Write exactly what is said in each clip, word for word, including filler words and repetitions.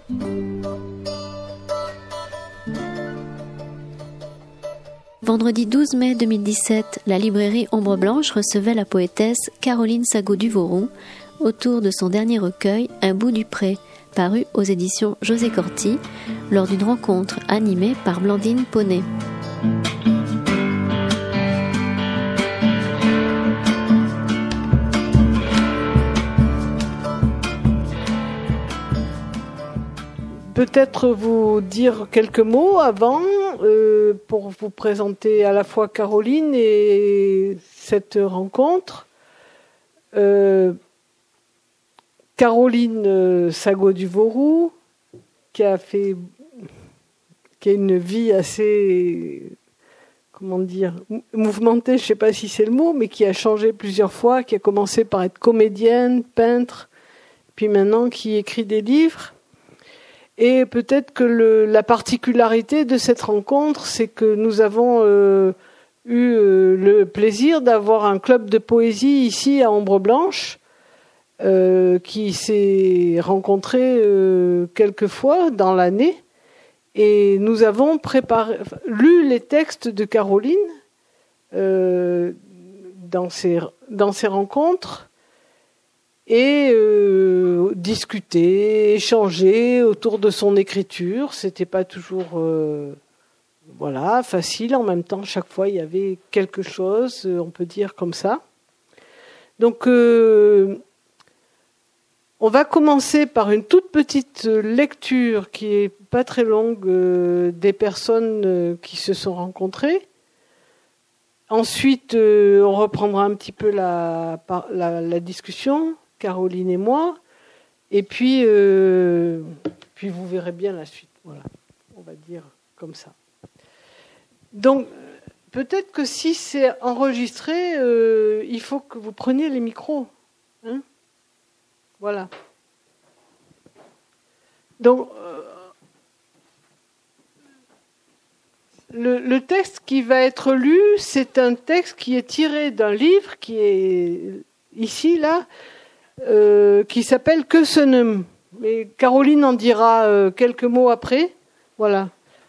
Vendredi douze mai deux mille dix-sept, la librairie Ombre Blanche recevait la poétesse Caroline Sagot-Duvauroux autour de son dernier recueil Un bout du pré, paru aux éditions José Corti, lors d'une rencontre animée par Blandine Poney. Peut-être vous dire quelques mots avant euh, pour vous présenter à la fois Caroline et cette rencontre. Euh, Caroline Sagot-Duvauroux, qui a fait, qui a une vie assez, comment dire, mouvementée, je ne sais pas si c'est le mot, mais qui a changé plusieurs fois, qui a commencé par être comédienne, peintre, puis maintenant qui écrit des livres. Et peut-être que le, la particularité de cette rencontre, c'est que nous avons euh, eu euh, le plaisir d'avoir un club de poésie ici à Ombre Blanche, euh, qui s'est rencontré euh, quelques fois dans l'année. Et nous avons préparé, lu les textes de Caroline euh, dans ces, dans ces rencontres. Et euh, discuter, échanger autour de son écriture. C'était pas toujours euh, voilà, facile. En même temps, chaque fois, il y avait quelque chose, on peut dire comme ça. Donc, euh, on va commencer par une toute petite lecture qui est pas très longue euh, des personnes euh, qui se sont rencontrées. Ensuite, euh, on reprendra un petit peu la, la, la discussion. Caroline et moi, et puis, euh, puis vous verrez bien la suite. Voilà, on va dire comme ça. Donc, peut-être que si c'est enregistré, euh, il faut que vous preniez les micros. Hein, voilà. Donc, euh, le, le texte qui va être lu, c'est un texte qui est tiré d'un livre qui est ici, là, Euh, qui s'appelle Que ce nomme. Mais Caroline en dira euh, quelques mots après. Voilà.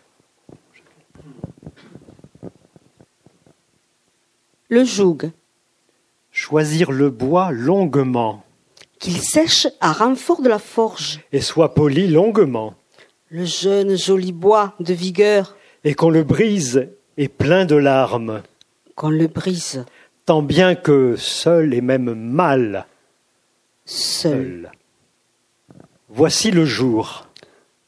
Le joug. Choisir le bois longuement. Qu'il sèche à renfort de la forge. Et soit poli longuement. Le jeune joli bois de vigueur. Et qu'on le brise et plein de larmes. Qu'on le brise. Tant bien que seul et même mal. Seul. Seul. Voici le jour. Quoi ?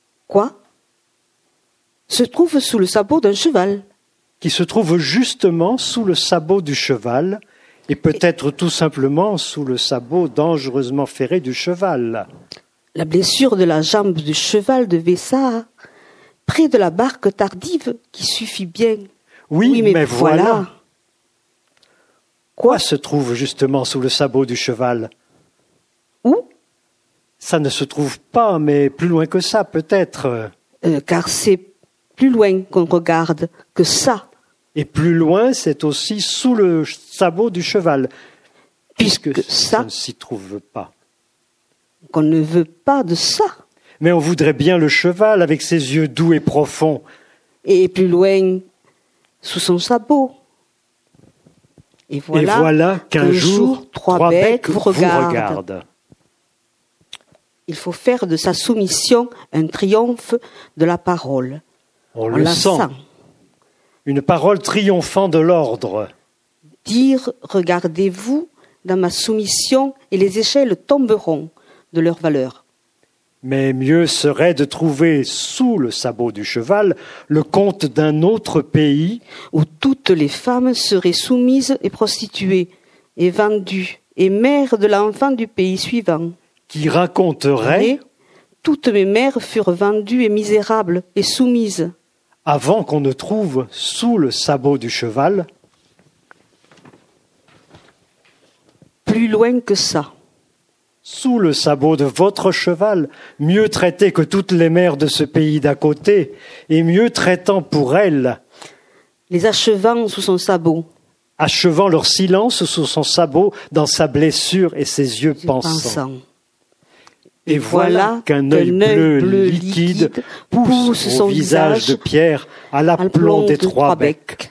Se trouve sous le sabot d'un cheval. Qui se trouve justement sous le sabot du cheval, et peut-être tout simplement sous le sabot dangereusement ferré du cheval. La blessure de la jambe du cheval de Vessa, près de la barque tardive, qui suffit bien. Oui, oui mais, mais voilà. voilà. Quoi se trouve justement sous le sabot du cheval ? Où ? Ça ne se trouve pas, mais plus loin que ça, peut-être. Euh, car c'est plus loin qu'on regarde que ça. Et plus loin, c'est aussi sous le sabot du cheval, puisque, puisque ça, ça ne s'y trouve pas. Qu'on ne veut pas de ça. Mais on voudrait bien le cheval avec ses yeux doux et profonds. Et plus loin, sous son sabot. Et voilà, et voilà qu'un jour, jour, trois, trois becs vous regardent. regardent. Il faut faire de sa soumission un triomphe de la parole. On, On le sent. sent. Une parole triomphant de l'ordre. Dire, regardez-vous dans ma soumission et les échelles tomberont de leur valeur. Mais mieux serait de trouver sous le sabot du cheval le compte d'un autre pays où toutes les femmes seraient soumises et prostituées et vendues et mères de l'enfant du pays suivant. Qui raconterait et toutes mes mères furent vendues et misérables et soumises. Avant qu'on ne trouve sous le sabot du cheval plus loin que ça. Sous le sabot de votre cheval, mieux traité que toutes les mères de ce pays d'à côté, et mieux traitant pour elles. Les achevant sous son sabot. Achevant leur silence sous son sabot, dans sa blessure et ses yeux pensants. Et voilà qu'un œil bleu, bleu liquide pousse son visage de pierre à l'aplomb des trois becs.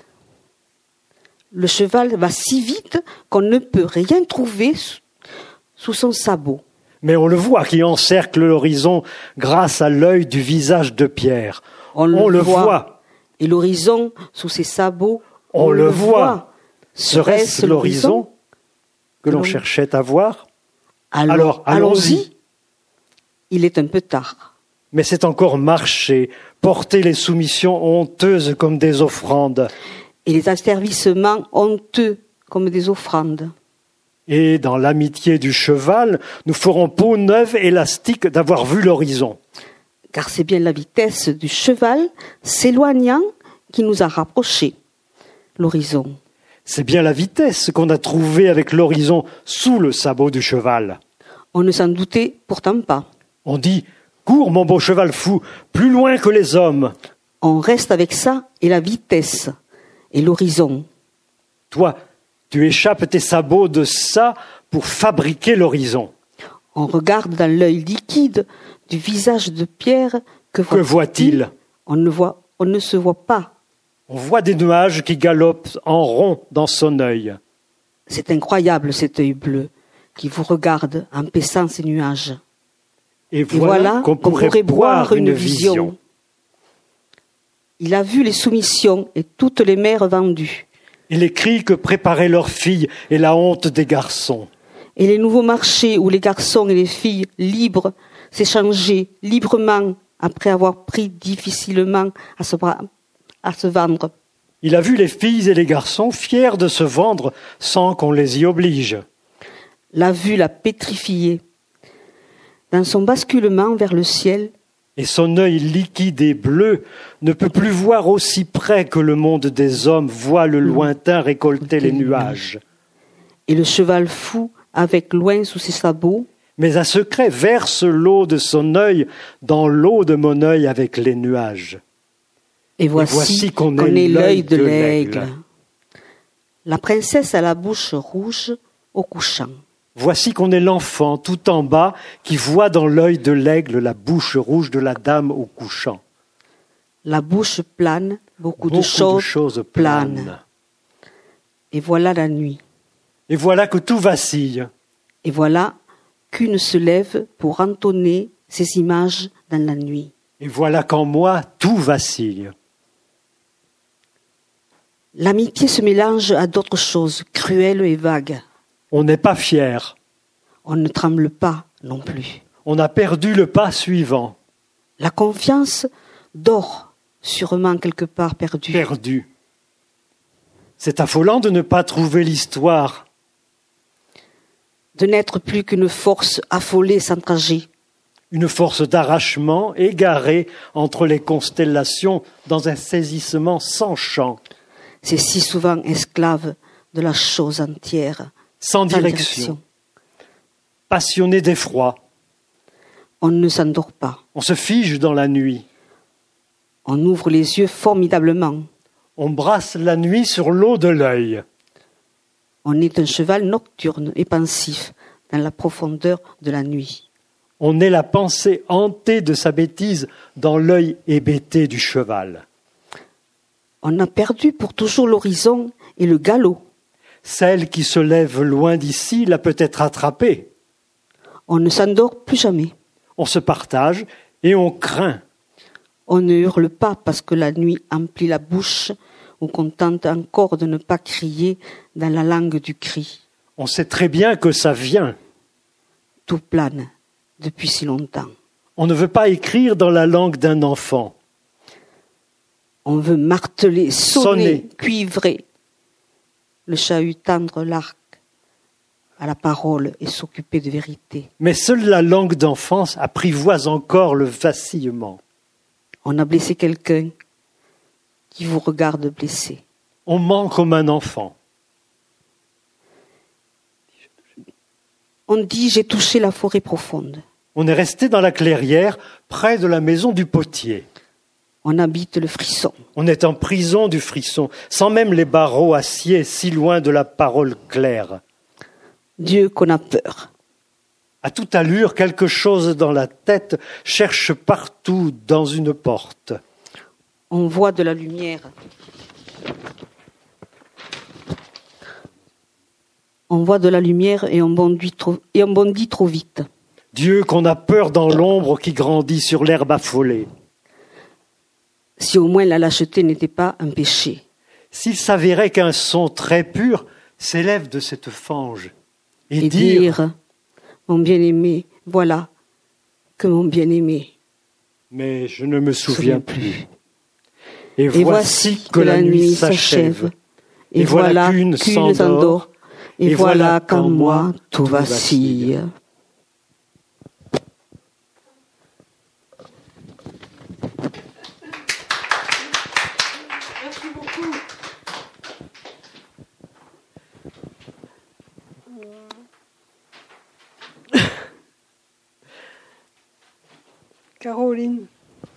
Le cheval va si vite qu'on ne peut rien trouver sous son sabot. Mais on le voit qui encercle l'horizon grâce à l'œil du visage de pierre. On, on le, le voit. voit. Et l'horizon sous ses sabots, on, on le voit. voit. Serait-ce, Serait-ce l'horizon que l'on cherchait à voir? Alors, Alors allons-y. allons-y. Il est un peu tard. Mais c'est encore marcher, porter les soumissions honteuses comme des offrandes. Et les asservissements honteux comme des offrandes. Et dans l'amitié du cheval, nous ferons peau neuve élastique d'avoir vu l'horizon. Car c'est bien la vitesse du cheval s'éloignant qui nous a rapprochés. L'horizon. C'est bien la vitesse qu'on a trouvée avec l'horizon sous le sabot du cheval. On ne s'en doutait pourtant pas. On dit « Cours, mon beau cheval fou, plus loin que les hommes !» On reste avec ça et la vitesse et l'horizon. Toi, tu échappes tes sabots de ça pour fabriquer l'horizon. On regarde dans l'œil liquide du visage de pierre. Que, que voit-il? On ne voit, on ne se voit pas. On voit des nuages qui galopent en rond dans son œil. C'est incroyable cet œil bleu qui vous regarde en paissant ces nuages. Et voilà, Et voilà qu'on pourrait, pourrait boire une, une vision. vision. Il a vu les soumissions et toutes les mères vendues. Et les cris que préparaient leurs filles et la honte des garçons. Et les nouveaux marchés où les garçons et les filles libres s'échangeaient librement après avoir pris difficilement à se, à se vendre. Il a vu les filles et les garçons fiers de se vendre sans qu'on les y oblige. La vue l'a pétrifié. Dans son basculement vers le ciel, et son œil liquide et bleu ne peut plus voir aussi près que le monde des hommes voit le lointain récolter les nuages. Et le cheval fou, avec loin sous ses sabots, mais à secret verse l'eau de son œil dans l'eau de mon œil avec les nuages. Et voici, et voici qu'on, qu'on est l'œil de, de l'aigle. l'aigle. La princesse à la bouche rouge au couchant. Voici qu'on est l'enfant tout en bas qui voit dans l'œil de l'aigle la bouche rouge de la dame au couchant. La bouche plane, beaucoup, beaucoup de, choses de choses planent. planent. Et voilà la nuit. Et voilà que tout vacille. Et voilà qu'une se lève pour entonner ces images dans la nuit. Et voilà qu'en moi tout vacille. L'amitié se mélange à d'autres choses, cruelles et vagues. On n'est pas fier. On ne tremble pas non plus. On a perdu le pas suivant. La confiance dort, sûrement quelque part perdue. Perdue. C'est affolant de ne pas trouver l'histoire. De n'être plus qu'une force affolée sans trajet. Une force d'arrachement égarée entre les constellations dans un saisissement sans champ. C'est si souvent esclave de la chose entière. Sans direction. direction. Passionné d'effroi. On ne s'endort pas. On se fige dans la nuit. On ouvre les yeux formidablement. On brasse la nuit sur l'eau de l'œil. On est un cheval nocturne et pensif dans la profondeur de la nuit. On est la pensée hantée de sa bêtise dans l'œil hébété du cheval. On a perdu pour toujours l'horizon et le galop. Celle qui se lève loin d'ici l'a peut-être attrapée. On ne s'endort plus jamais. On se partage et on craint. On ne hurle pas parce que la nuit emplit la bouche ou qu'on tente encore de ne pas crier dans la langue du cri. On sait très bien que ça vient. Tout plane depuis si longtemps. On ne veut pas écrire dans la langue d'un enfant. On veut marteler, sonner, sonner. cuivrer. Le chahut tendre l'arc à la parole et s'occuper de vérité. Mais seule la langue d'enfance apprivoise encore le vacillement. On a blessé quelqu'un qui vous regarde blessé. On ment comme un enfant. On dit « j'ai touché la forêt profonde ». On est resté dans la clairière, près de la maison du potier. On habite le frisson. On est en prison du frisson, sans même les barreaux acier, si loin de la parole claire. Dieu qu'on a peur. À toute allure, quelque chose dans la tête cherche partout dans une porte. On voit de la lumière. On voit de la lumière et on bondit trop, et on bondit trop vite. Dieu qu'on a peur dans l'ombre qui grandit sur l'herbe affolée. Si au moins la lâcheté n'était pas un péché. S'il s'avérait qu'un son très pur s'élève de cette fange et, et dire, dire « Mon bien-aimé, voilà que mon bien-aimé. » Mais je ne me souviens plus. Et, et voici que la nuit s'achève. Et, et voilà qu'une s'endort. Et, et voilà qu'en moi tout vacille. Merci beaucoup. Caroline.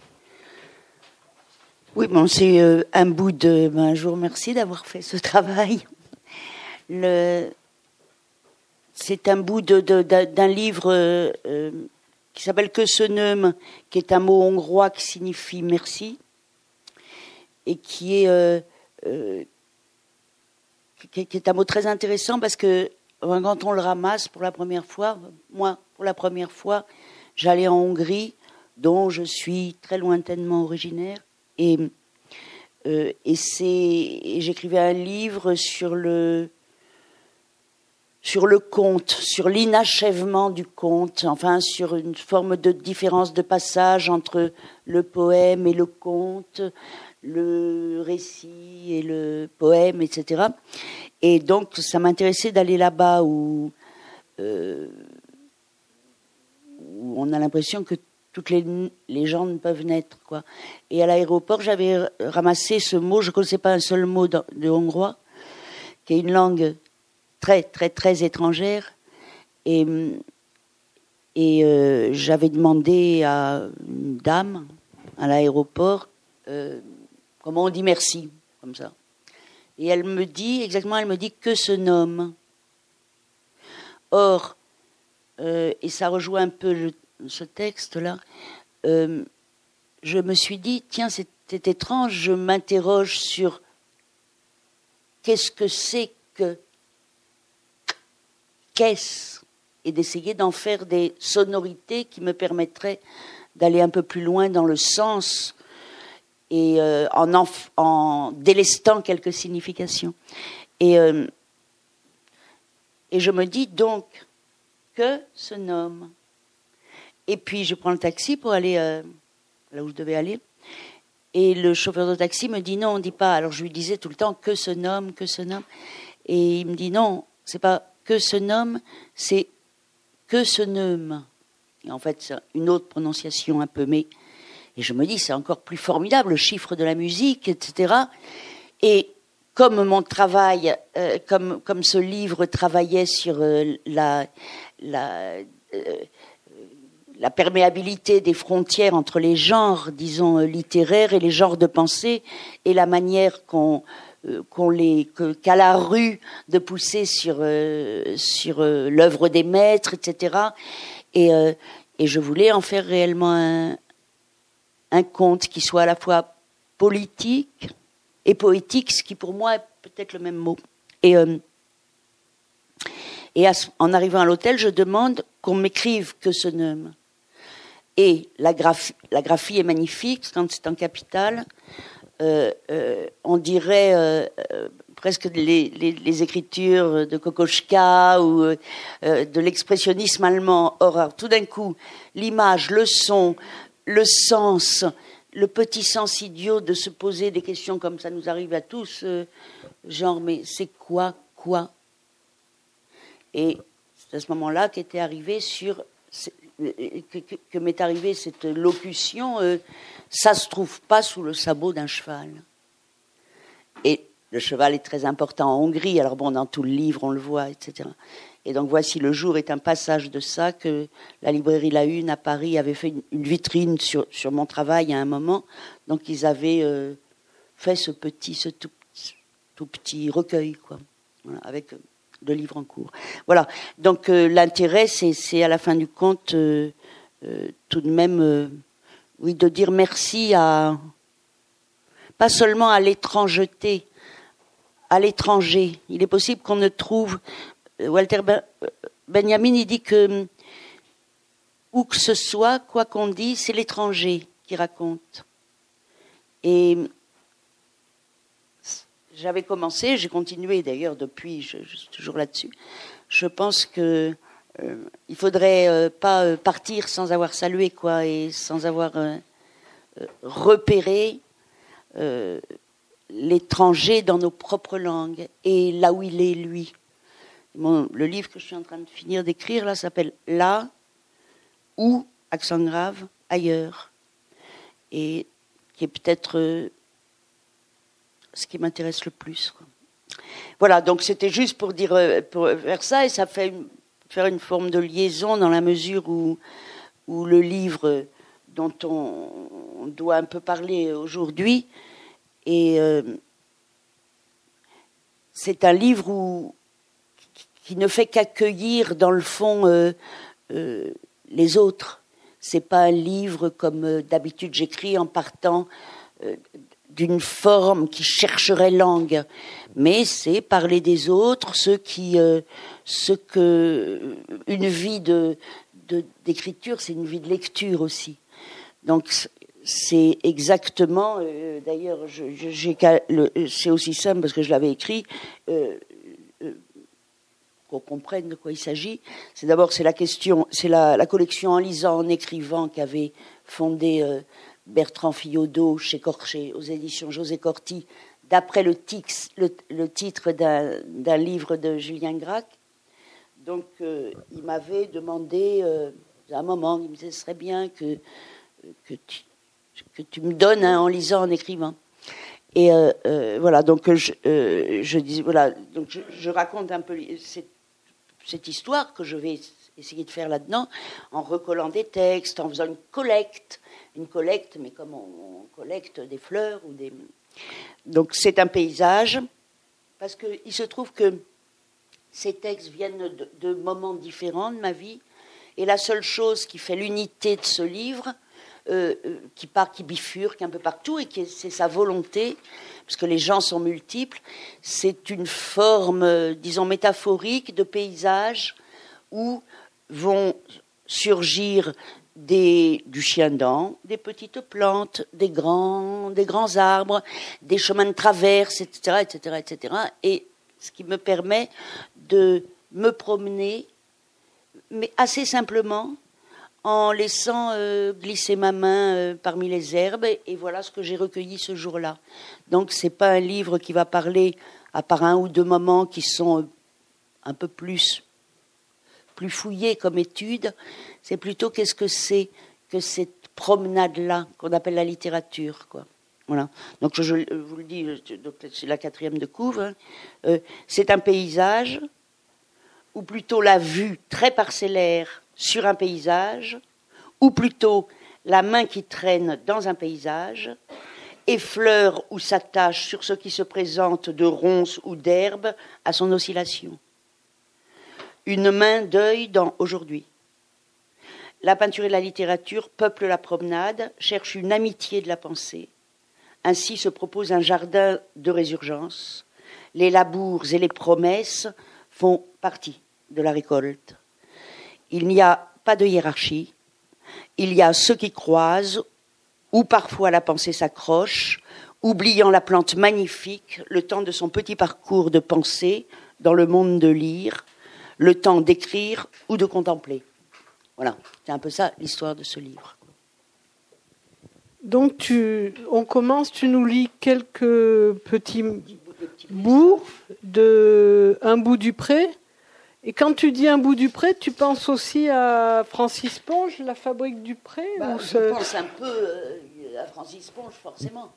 Oui, bon, c'est euh, un bout de... Ben, je vous remercie d'avoir fait ce travail. Le, c'est un bout de, de, de, d'un livre euh, euh, qui s'appelle Köszönöm, qui est un mot hongrois qui signifie merci, et qui est, euh, euh, qui, qui est un mot très intéressant parce que quand on le ramasse pour la première fois, moi, pour la première fois, j'allais en Hongrie, dont je suis très lointainement originaire, et, euh, et, c'est, et j'écrivais un livre sur le, sur le conte, sur l'inachèvement du conte, enfin sur une forme de différence de passage entre le poème et le conte, le récit et le poème, et cetera. Et donc ça m'intéressait d'aller là-bas où, euh, où on a l'impression que toutes les, les gens ne peuvent naître, quoi. Et à l'aéroport, j'avais ramassé ce mot, je ne connaissais pas un seul mot de, de hongrois, qui est une langue très, très, très étrangère. Et, et euh, j'avais demandé à une dame, à l'aéroport, euh, comment on dit merci, comme ça. Et elle me dit, exactement, elle me dit que ce nomme. Or, euh, et ça rejoint un peu le ce texte-là, euh, je me suis dit, tiens, c'est étrange, je m'interroge sur qu'est-ce que c'est que qu'est-ce, et d'essayer d'en faire des sonorités qui me permettraient d'aller un peu plus loin dans le sens et euh, en, en, en délestant quelques significations. Et, euh, et je me dis donc que ce nomme. Et puis, je prends le taxi pour aller euh, là où je devais aller. Et le chauffeur de taxi me dit non, on ne dit pas. Alors, je lui disais tout le temps que ce nomme, que ce nomme. Et il me dit non, c'est pas que ce nomme, c'est que ce nomme. Et en fait, c'est une autre prononciation un peu, mais. Et je me dis, c'est encore plus formidable, le chiffre de la musique, et cetera. Et comme mon travail, euh, comme, comme ce livre travaillait sur euh, la. la euh, la perméabilité des frontières entre les genres, disons, littéraires et les genres de pensée, et la manière qu'on, euh, qu'on les, que, qu'a la rue de pousser sur, euh, sur euh, l'œuvre des maîtres, et cetera. Et, euh, et je voulais en faire réellement un, un conte qui soit à la fois politique et poétique, ce qui pour moi est peut-être le même mot. Et, euh, et à, en arrivant à l'hôtel, je demande qu'on m'écrive que ce nomme. Et la graphie, la graphie est magnifique, quand c'est en capitale. Euh, euh, on dirait euh, euh, presque les, les, les écritures de Kokoschka ou euh, de l'expressionnisme allemand. Or, tout d'un coup, l'image, le son, le sens, le petit sens idiot de se poser des questions comme ça nous arrive à tous, euh, genre, mais c'est quoi, quoi? Et c'est à ce moment-là qu'était arrivé sur... Que, que, que m'est arrivée cette locution, euh, ça se trouve pas sous le sabot d'un cheval. Et le cheval est très important en Hongrie, alors bon, dans tout le livre, on le voit, et cetera. Et donc, Voici le jour est un passage de ça, que la librairie La Une à Paris avait fait une, une vitrine sur, sur mon travail à un moment. Donc, ils avaient euh, fait ce petit, ce tout, tout petit recueil, quoi. Voilà, avec de livres en cours. Voilà. Donc euh, l'intérêt, c'est, c'est à la fin du compte euh, euh, tout de même, euh, oui, de dire merci à, pas seulement à l'étrangeté, à l'étranger. Il est possible qu'on ne trouve, Walter Benjamin, il dit que où que ce soit, quoi qu'on dise, c'est l'étranger qui raconte. Et j'avais commencé, j'ai continué d'ailleurs depuis, je, je suis toujours là-dessus. Je pense que euh, il faudrait euh, pas euh, partir sans avoir salué, quoi, et sans avoir euh, euh, repéré euh, l'étranger dans nos propres langues et là où il est, lui. Bon, le livre que je suis en train de finir d'écrire là s'appelle Là ou, accent grave, ailleurs, et qui est peut-être euh, ce qui m'intéresse le plus, quoi. Voilà, donc c'était juste pour dire, pour faire ça, et ça fait une, faire une forme de liaison dans la mesure où, où le livre dont on, on doit un peu parler aujourd'hui, et euh, c'est un livre où, qui ne fait qu'accueillir dans le fond euh, euh, les autres. C'est pas un livre comme euh, d'habitude j'écris en partant euh, d'une forme qui chercherait langue, mais c'est parler des autres, ce qui, euh, ce que une vie de, de d'écriture, c'est une vie de lecture aussi. Donc c'est exactement, euh, d'ailleurs, je, je, j'ai, le, c'est aussi simple parce que je l'avais écrit. Euh, euh, qu'on comprenne de quoi il s'agit. C'est d'abord c'est la question, c'est la, la collection En lisant, en écrivant qu'avait fondée euh, Bertrand Fillaudeau chez Corché, aux éditions José Corti, d'après le, tix, le, le titre d'un, d'un livre de Julien Gracq. Donc euh, il m'avait demandé, euh, à un moment, il me disait, ce serait bien que, que, tu, que tu me donnes un En lisant, en écrivant. Et euh, euh, voilà, donc je, euh, je dis, voilà, donc je, je raconte un peu cette, cette histoire que je vais essayer de faire là-dedans, en recollant des textes, en faisant une collecte, une collecte, mais comme on, on collecte des fleurs ou des. Donc c'est un paysage, parce que il se trouve que ces textes viennent de, de moments différents de ma vie, et la seule chose qui fait l'unité de ce livre. Euh, qui part, qui bifurque un peu partout, et qui est, c'est sa volonté, parce que les gens sont multiples, c'est une forme, euh, disons, métaphorique de paysage où vont surgir des, du chien-dent, des petites plantes, des grands, des grands arbres, des chemins de traverse, et cetera, et cetera, et cetera. Et ce qui me permet de me promener, mais assez simplement, en laissant euh, glisser ma main euh, parmi les herbes, et, et voilà ce que j'ai recueilli ce jour-là. Donc c'est pas un livre qui va parler, à part un ou deux moments qui sont euh, un peu plus, plus fouillés comme étude, c'est plutôt qu'est-ce que c'est que cette promenade-là, qu'on appelle la littérature, quoi. Voilà. Donc je, je vous le dis, donc c'est la quatrième de couvre, hein. euh, c'est un paysage, ou plutôt la vue très parcellaire sur un paysage, ou plutôt la main qui traîne dans un paysage, effleure ou s'attache sur ce qui se présente de ronces ou d'herbes à son oscillation. Une main d'œil dans aujourd'hui. La peinture et la littérature peuplent la promenade, cherchent une amitié de la pensée. Ainsi se propose un jardin de résurgence. Les labours et les promesses font partie de la récolte. Il n'y a pas de hiérarchie, il y a ceux qui croisent, où parfois la pensée s'accroche, oubliant la plante magnifique, le temps de son petit parcours de pensée dans le monde de lire, le temps d'écrire ou de contempler. Voilà, c'est un peu ça l'histoire de ce livre. Donc tu, on commence, tu nous lis quelques petits bouts de Un bout du pré. Et quand tu dis Un bout du pré, tu penses aussi à Francis Ponge, La fabrique du pré bah, ou Je ce... pense un peu euh, à Francis Ponge, forcément.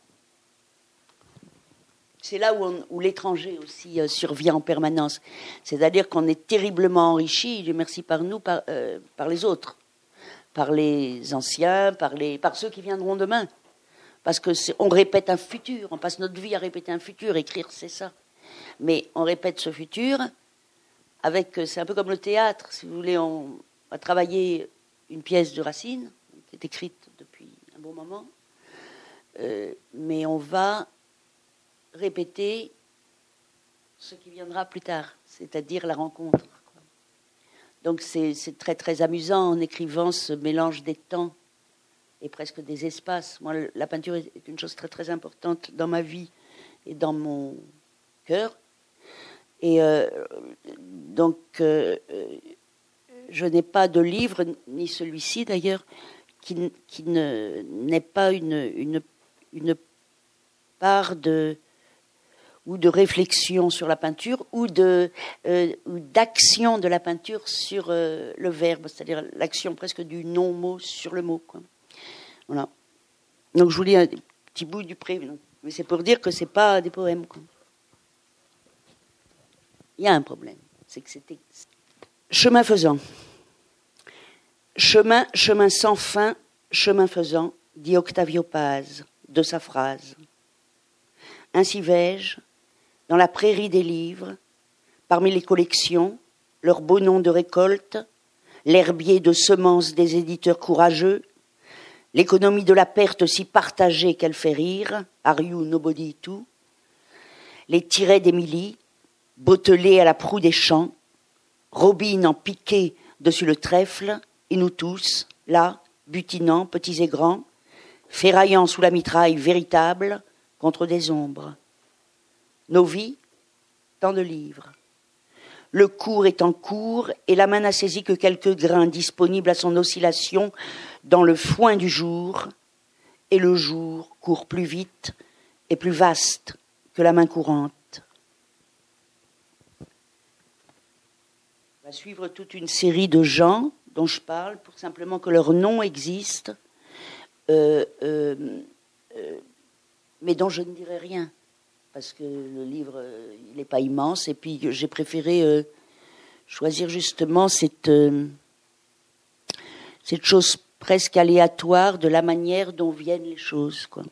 C'est là où, on, où l'étranger aussi euh, survient en permanence. C'est-à-dire qu'on est terriblement enrichi, Dieu merci, par nous, par, euh, par les autres, par les anciens, par, les, par ceux qui viendront demain. Parce qu'on répète un futur, on passe notre vie à répéter un futur, écrire c'est ça. Mais on répète ce futur avec, c'est un peu comme le théâtre, si vous voulez, on va travailler une pièce de Racine, qui est écrite depuis un bon moment, euh, mais on va répéter ce qui viendra plus tard, c'est-à-dire la rencontre. Quoi. Donc c'est, c'est très très amusant en écrivant ce mélange des temps et presque des espaces. Moi, la peinture est une chose très très importante dans ma vie et dans mon cœur. Et euh, donc, euh, je n'ai pas de livre, ni celui-ci d'ailleurs, qui, qui ne, n'ait pas une, une, une part de, ou de réflexion sur la peinture, ou, de, euh, ou d'action de la peinture sur euh, le verbe, c'est-à-dire l'action presque du non-mot sur le mot. Quoi. Voilà. Donc, je vous lis un petit bout du pré, mais c'est pour dire que ce n'est pas des poèmes. Quoi. Il y a un problème, c'est que c'était... Chemin faisant. Chemin, chemin sans fin, chemin faisant, dit Octavio Paz de sa phrase. Ainsi vais-je, dans la prairie des livres, parmi les collections, leurs beaux noms de récolte, l'herbier de semences des éditeurs courageux, l'économie de la perte si partagée qu'elle fait rire, Are you nobody too, les tirets d'Émilie, bottelés à la proue des champs, Robine en piqué dessus le trèfle, et nous tous, là, butinant, petits et grands, ferraillant sous la mitraille véritable contre des ombres. Nos vies, tant de livres. Le cours est en cours, et la main n'a saisi que quelques grains disponibles à son oscillation dans le foin du jour, et le jour court plus vite et plus vaste que la main courante. On va suivre toute une série de gens dont je parle pour simplement que leur nom existe, euh, euh, euh, mais dont je ne dirai rien, parce que le livre, euh, il n'est pas immense, et puis j'ai préféré euh, choisir justement cette, euh, cette chose presque aléatoire de la manière dont viennent les choses, quoi.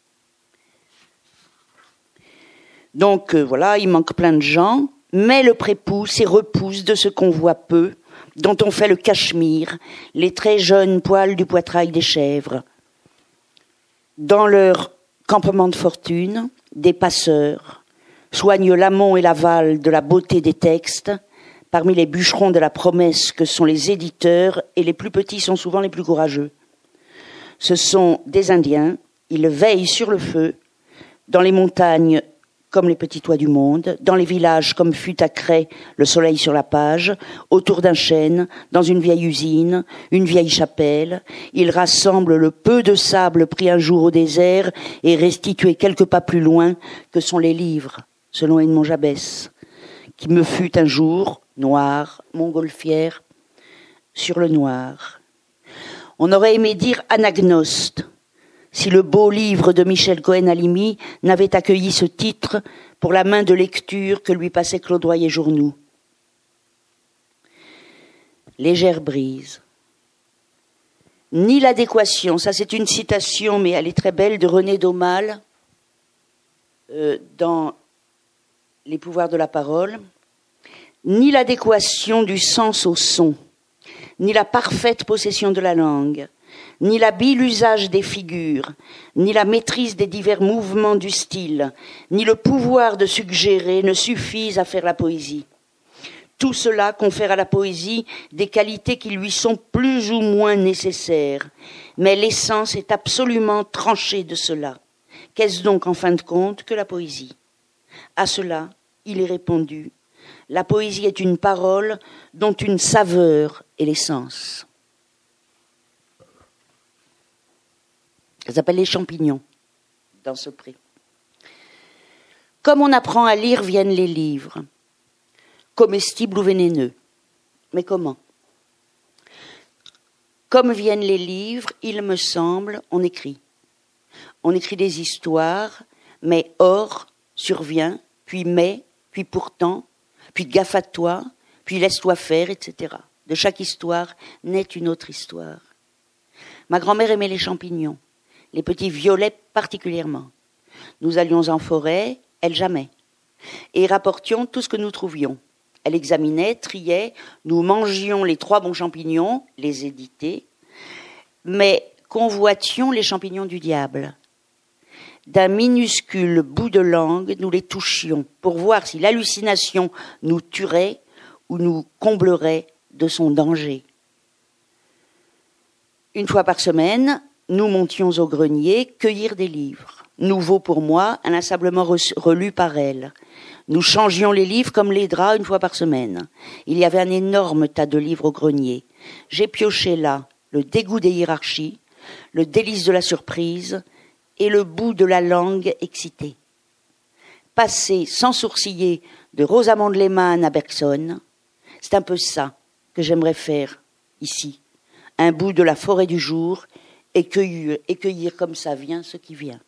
Donc euh, voilà, il manque plein de gens, mais le prépousse et repousse de ce qu'on voit peu, dont on fait le cachemire, les très jeunes poils du poitrail des chèvres. Dans leur campement de fortune, des passeurs soignent l'amont et l'aval de la beauté des textes, parmi les bûcherons de la promesse que sont les éditeurs, et les plus petits sont souvent les plus courageux. Ce sont des Indiens, ils veillent sur le feu, dans les montagnes comme les petits toits du monde, dans les villages comme fut à Cray le soleil sur la page, autour d'un chêne, dans une vieille usine, une vieille chapelle. Ils rassemblent le peu de sable pris un jour au désert et restitué quelques pas plus loin que sont les livres, selon Edmond Jabès, qui me fut un jour, noir, montgolfière, sur le noir. On aurait aimé dire anagnoste, si le beau livre de Michel Cohen-Halimi n'avait accueilli ce titre pour la main de lecture que lui passait Claude Journoux. Légère brise. Ni l'adéquation, ça c'est une citation, mais elle est très belle, de René Daumal, euh, dans Les pouvoirs de la parole, ni l'adéquation du sens au son, ni la parfaite possession de la langue, ni l'habile usage des figures, ni la maîtrise des divers mouvements du style, ni le pouvoir de suggérer ne suffisent à faire la poésie. Tout cela confère à la poésie des qualités qui lui sont plus ou moins nécessaires, mais l'essence est absolument tranchée de cela. Qu'est-ce donc en fin de compte que la poésie ? À cela, il est répondu, la poésie est une parole dont une saveur est l'essence. Ça s'appelle les champignons, dans ce pré. Comme on apprend à lire, viennent les livres, comestibles ou vénéneux. Mais comment ? Comme viennent les livres, il me semble, on écrit. On écrit des histoires, mais or survient, puis mais, puis pourtant, puis gaffe à toi, puis laisse-toi faire, et cetera. De chaque histoire naît une autre histoire. Ma grand-mère aimait les champignons. Les petits violets particulièrement. Nous allions en forêt, elle jamais, et rapportions tout ce que nous trouvions. Elle examinait, triait, nous mangions les trois bons champignons, les édités, mais convoitions les champignons du diable. D'un minuscule bout de langue, nous les touchions pour voir si l'hallucination nous tuerait ou nous comblerait de son danger. Une fois par semaine, nous montions au grenier cueillir des livres, nouveaux pour moi, inlassablement relus par elle. Nous changions les livres comme les draps une fois par semaine. Il y avait un énorme tas de livres au grenier. J'ai pioché là le dégoût des hiérarchies, le délice de la surprise et le bout de la langue excitée. Passer sans sourciller de Rosamond Lehmann à Bergson, c'est un peu ça que j'aimerais faire ici. Un bout de la forêt du jour et cueillir, et cueillir comme ça vient ce qui vient.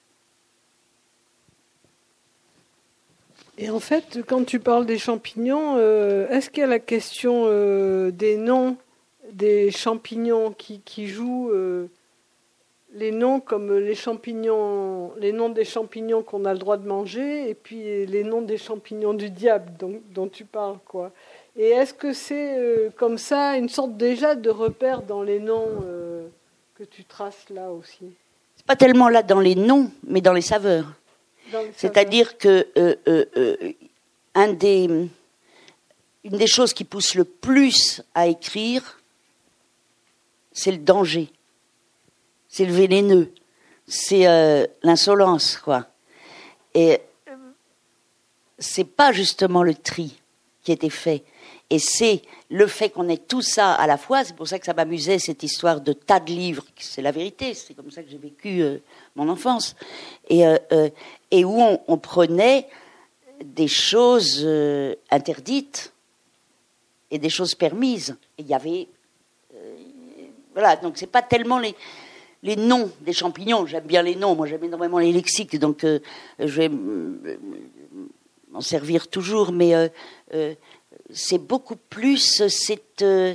Et en fait, quand tu parles des champignons, euh, est-ce qu'il y a la question euh, des noms des champignons qui, qui jouent euh, les noms comme les champignons, les noms des champignons qu'on a le droit de manger, et puis les noms des champignons du diable dont, dont tu parles, quoi. Et est-ce que c'est euh, comme ça une sorte déjà de repère dans les noms euh, que tu traces là aussi? C'est pas tellement là dans les noms, mais dans les saveurs. Dans les C'est-à-dire saveurs. que euh, euh, euh, un des, une des choses qui pousse le plus à écrire, c'est le danger, c'est le vénéneux, c'est euh, l'insolence, quoi. Et c'est pas justement le tri qui était fait. Et c'est le fait qu'on ait tout ça à la fois, c'est pour ça que ça m'amusait, cette histoire de tas de livres, c'est la vérité, c'est comme ça que j'ai vécu euh, mon enfance, et, euh, euh, et où on, on prenait des choses euh, interdites et des choses permises. Et il y avait... Euh, voilà, donc c'est pas tellement les, les noms des champignons, j'aime bien les noms, moi j'aime énormément les lexiques, donc euh, je vais m'en servir toujours, mais... Euh, euh, c'est beaucoup plus cette, euh,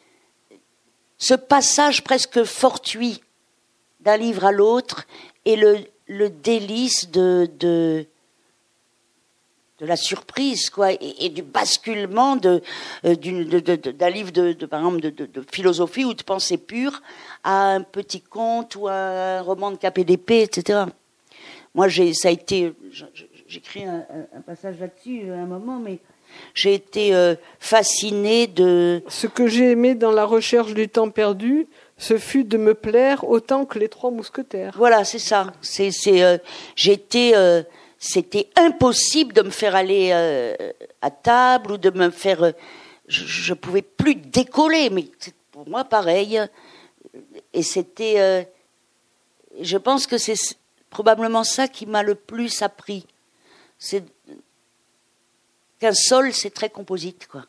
ce passage presque fortuit d'un livre à l'autre et le, le délice de, de, de la surprise, quoi, et, et du basculement de, euh, d'une, de, de, de, d'un livre, de, de, par exemple, de, de, de philosophie ou de pensée pure à un petit conte ou à un roman de K P D P, et cetera. Moi, j'ai, ça a été... J'écris un, un passage là-dessus à un moment, mais... J'ai été euh, fascinée de... Ce que j'ai aimé dans la recherche du temps perdu, ce fut de me plaire autant que les trois mousquetaires. Voilà, c'est ça. C'est, c'est, euh, j'étais, euh, c'était impossible de me faire aller euh, à table ou de me faire... Euh, je ne pouvais plus décoller, mais c'est pour moi pareil. Et c'était... Euh, je pense que c'est probablement ça qui m'a le plus appris. C'est... qu'un sol, c'est très composite, quoi.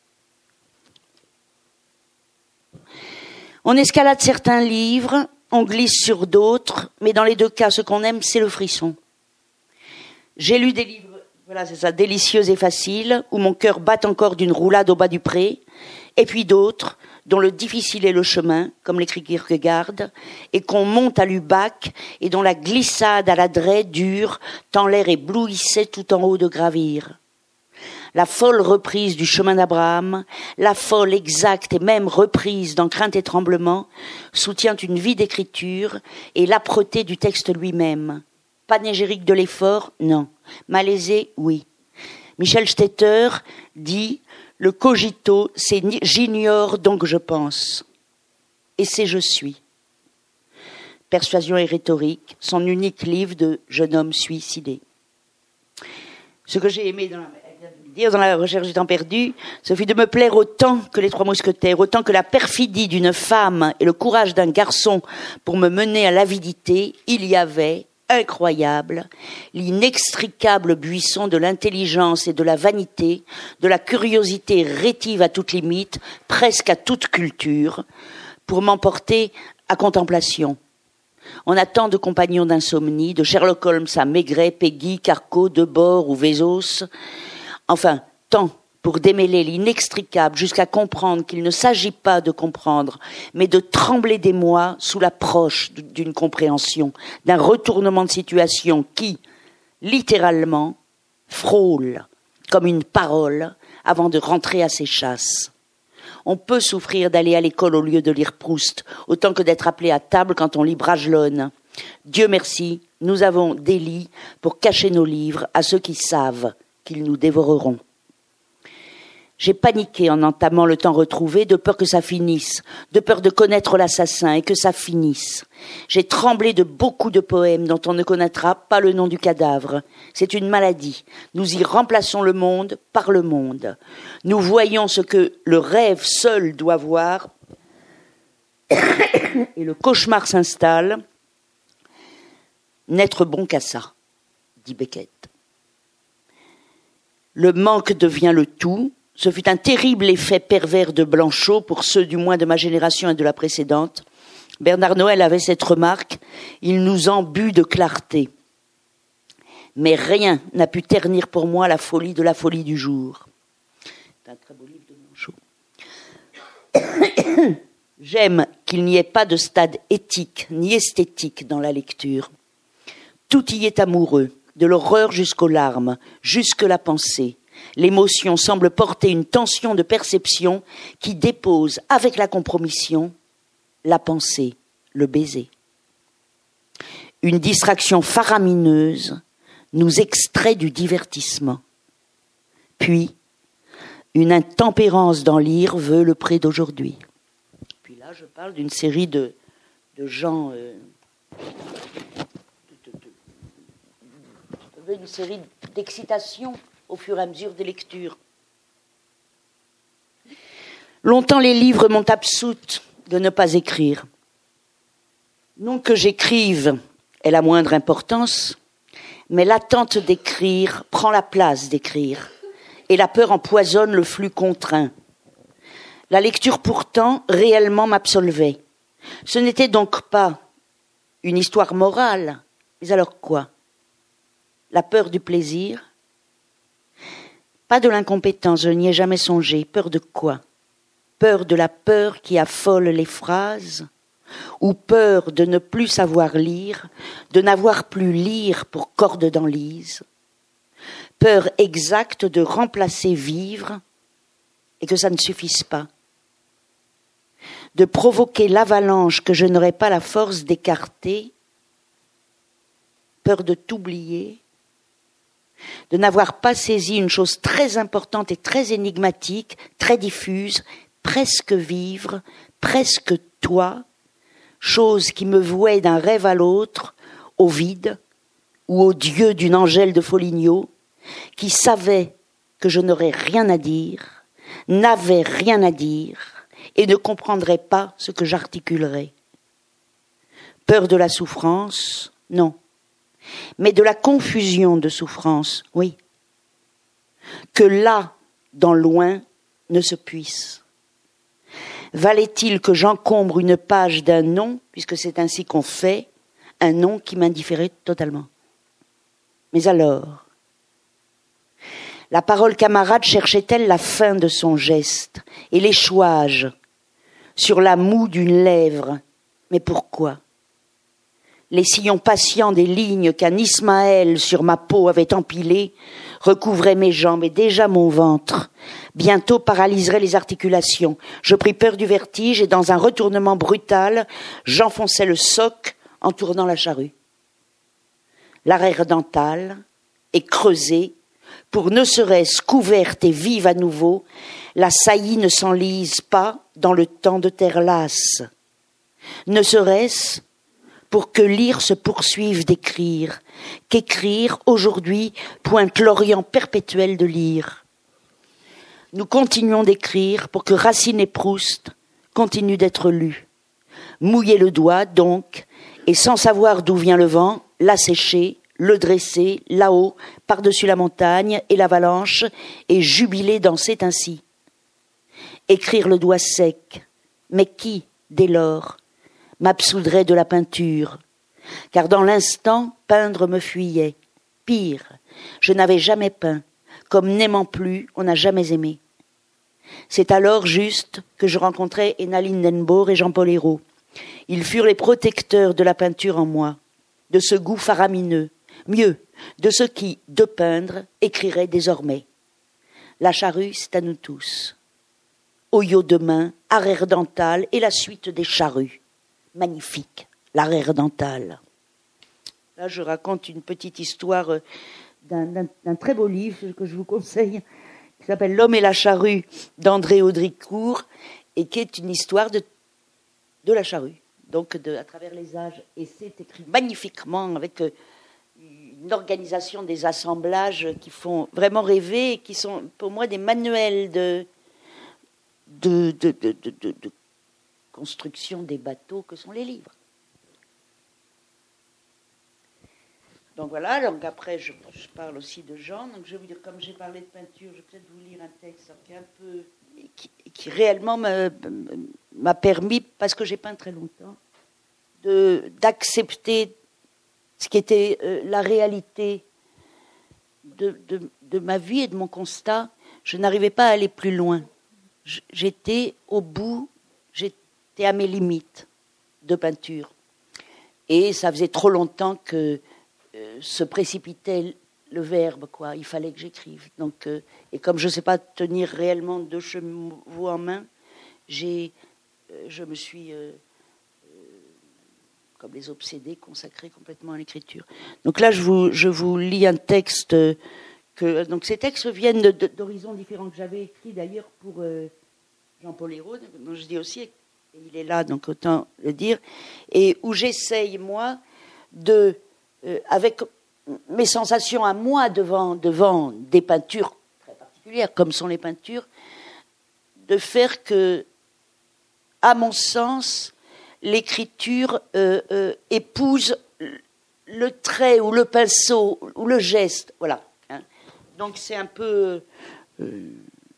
On escalade certains livres, on glisse sur d'autres, mais dans les deux cas, ce qu'on aime, c'est le frisson. J'ai lu des livres, voilà, c'est ça, délicieux et faciles, où mon cœur bat encore d'une roulade au bas du pré, et puis d'autres, dont le difficile est le chemin, comme l'écrit Kierkegaard, et qu'on monte à l'Ubac, et dont la glissade à la draie dure, tant l'air éblouissait tout en haut de gravir. La folle reprise du chemin d'Abraham, la folle exacte et même reprise dans Crainte et Tremblement, soutient une vie d'écriture et l'âpreté du texte lui-même. Panégyrique de l'effort, non. Malaisé, oui. Michel Stetter dit « Le cogito, c'est j'ignore donc je pense. Et c'est je suis. » Persuasion et rhétorique, son unique livre de jeune homme suicidé. Ce que j'ai aimé dans la... dire dans la recherche du temps perdu, ce fut de me plaire autant que les trois mousquetaires, autant que la perfidie d'une femme et le courage d'un garçon pour me mener à l'avidité. Il y avait, incroyable, l'inextricable buisson de l'intelligence et de la vanité, de la curiosité rétive à toute limite, presque à toute culture, pour m'emporter à contemplation. On a tant de compagnons d'insomnie, de Sherlock Holmes à Maigret, Peggy, Carco, Debord ou Vezos. Enfin, tant pour démêler l'inextricable jusqu'à comprendre qu'il ne s'agit pas de comprendre, mais de trembler d'émoi sous l'approche d'une compréhension, d'un retournement de situation qui, littéralement, frôle comme une parole avant de rentrer à ses chasses. On peut souffrir d'aller à l'école au lieu de lire Proust, autant que d'être appelé à table quand on lit Bragelonne. Dieu merci, nous avons des lits pour cacher nos livres à ceux qui savent qu'ils nous dévoreront. J'ai paniqué en entamant le temps retrouvé, de peur que ça finisse, de peur de connaître l'assassin et que ça finisse. J'ai tremblé de beaucoup de poèmes dont on ne connaîtra pas le nom du cadavre. C'est une maladie. Nous y remplaçons le monde par le monde. Nous voyons ce que le rêve seul doit voir et le cauchemar s'installe. N'être bon qu'à ça, dit Beckett. Le manque devient le tout. Ce fut un terrible effet pervers de Blanchot pour ceux du moins de ma génération et de la précédente. Bernard Noël avait cette remarque, il nous en but de clarté. Mais rien n'a pu ternir pour moi la folie de la folie du jour. C'est un très beau livre de Blanchot. J'aime qu'il n'y ait pas de stade éthique ni esthétique dans la lecture. Tout y est amoureux, de l'horreur jusqu'aux larmes, jusque la pensée. L'émotion semble porter une tension de perception qui dépose avec la compromission la pensée, le baiser. Une distraction faramineuse nous extrait du divertissement. Puis, une intempérance dans l'ire veut le pré d'aujourd'hui. Puis là, je parle d'une série de, de gens... Euh, de, de, de, une série d'excitations au fur et à mesure des lectures. Longtemps, les livres m'ont absoute de ne pas écrire. Non que j'écrive ait la moindre importance, mais l'attente d'écrire prend la place d'écrire, et la peur empoisonne le flux contraint. La lecture, pourtant, réellement m'absolvait. Ce n'était donc pas une histoire morale, mais alors quoi? La peur du plaisir? Pas de l'incompétence, je n'y ai jamais songé. Peur de quoi? Peur de la peur qui affole les phrases? Ou peur de ne plus savoir lire, de n'avoir plus lire pour corde d'enlise? Peur exacte de remplacer vivre et que ça ne suffise pas? De provoquer l'avalanche que je n'aurais pas la force d'écarter? Peur de t'oublier? De n'avoir pas saisi une chose très importante et très énigmatique, très diffuse, presque vivre, presque toi, chose qui me vouait d'un rêve à l'autre, au vide, ou au Dieu d'une Angèle de Foligno, qui savait que je n'aurais rien à dire, n'avait rien à dire, et ne comprendrait pas ce que j'articulerais. Peur de la souffrance? Non. Mais de la confusion de souffrance, oui. Que là, dans le loin, ne se puisse. Valait-il que j'encombre une page d'un nom, puisque c'est ainsi qu'on fait, un nom qui m'indifférait totalement? Mais alors, la parole camarade cherchait-elle la fin de son geste et l'échouage sur la moue d'une lèvre? Mais pourquoi? Les sillons patients des lignes qu'un Ismaël sur ma peau avait empilées recouvraient mes jambes et déjà mon ventre. Bientôt paralyseraient les articulations. Je pris peur du vertige et dans un retournement brutal, j'enfonçai le soc en tournant la charrue. L'arrière dentale est creusée pour ne serait-ce qu'ouverte et vive à nouveau, la saillie ne s'enlise pas dans le temps de terre lasse. Ne serait-ce pour que lire se poursuive d'écrire, qu'écrire, aujourd'hui, pointe l'orient perpétuel de lire. Nous continuons d'écrire pour que Racine et Proust continuent d'être lus. Mouiller le doigt, donc, et sans savoir d'où vient le vent, l'assécher, le dresser, là-haut, par-dessus la montagne et l'avalanche, et jubiler danser ainsi. Écrire le doigt sec, mais qui, dès lors, m'absoudrait de la peinture, car dans l'instant, peindre me fuyait. Pire, je n'avais jamais peint, comme n'aimant plus, on n'a jamais aimé. C'est alors juste que je rencontrai Ena Lindenborg et Jean-Paul Hérault. Ils furent les protecteurs de la peinture en moi, de ce goût faramineux, mieux, de ce qui, de peindre, écrirait désormais. La charrue, c'est à nous tous. Oyo de main, arrière dental et la suite des charrues. Magnifique, l'arrière dental. Là, je raconte une petite histoire d'un, d'un, d'un très beau livre que je vous conseille, qui s'appelle L'homme et la charrue d'André Audricourt, et qui est une histoire de, de la charrue, donc de, à travers les âges. Et c'est écrit magnifiquement avec une organisation des assemblages qui font vraiment rêver et qui sont pour moi des manuels de, de, de, de, de, de, de construction des bateaux que sont les livres. Donc voilà, donc après je, je parle aussi de Jean, donc je vais vous dire, comme j'ai parlé de peinture, je vais peut-être vous lire un texte qui est un peu, qui, qui réellement me, m'a permis, parce que j'ai peint très longtemps, de, d'accepter ce qui était euh, la réalité de, de, de ma vie et de mon constat. Je n'arrivais pas à aller plus loin. J'étais au bout, j'étais à mes limites de peinture. Et ça faisait trop longtemps que euh, se précipitait le verbe, quoi. Il fallait que j'écrive. Donc, euh, et comme je ne sais pas tenir réellement deux chevaux en main, j'ai, euh, je me suis... Euh, comme les obsédés, consacrés complètement à l'écriture. Donc là, je vous, je vous lis un texte que... Donc ces textes viennent de, de, d'horizons différents que j'avais écrits d'ailleurs pour euh, Jean-Paul Hérault, dont je dis aussi, et il est là, donc autant le dire, et où j'essaye, moi, de, euh, avec mes sensations à moi devant, devant des peintures très particulières, comme sont les peintures, de faire que, à mon sens, l'écriture euh, euh, épouse le trait ou le pinceau ou le geste, voilà. Hein. Donc c'est un peu euh,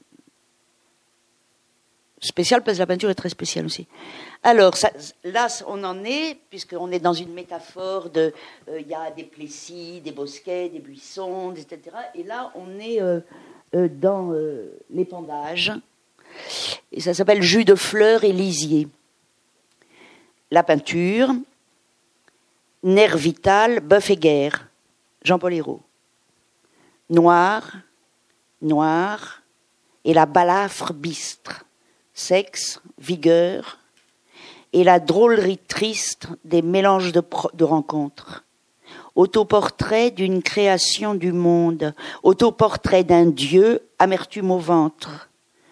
spécial parce que la peinture est très spéciale aussi. Alors ça, là on en est, puisqu'on est dans une métaphore de, il euh, y a des plessis, des bosquets, des buissons, et cetera. Et là on est euh, euh, dans euh, l'épandage, et ça s'appelle jus de fleurs et lisier. La peinture, nerf vital, bœuf et guerre, Jean-Paul Hérault. Noir, noir, et la balafre bistre, sexe, vigueur, et la drôlerie triste des mélanges de, pro- de rencontres. Autoportrait d'une création du monde, autoportrait d'un dieu, amertume au ventre.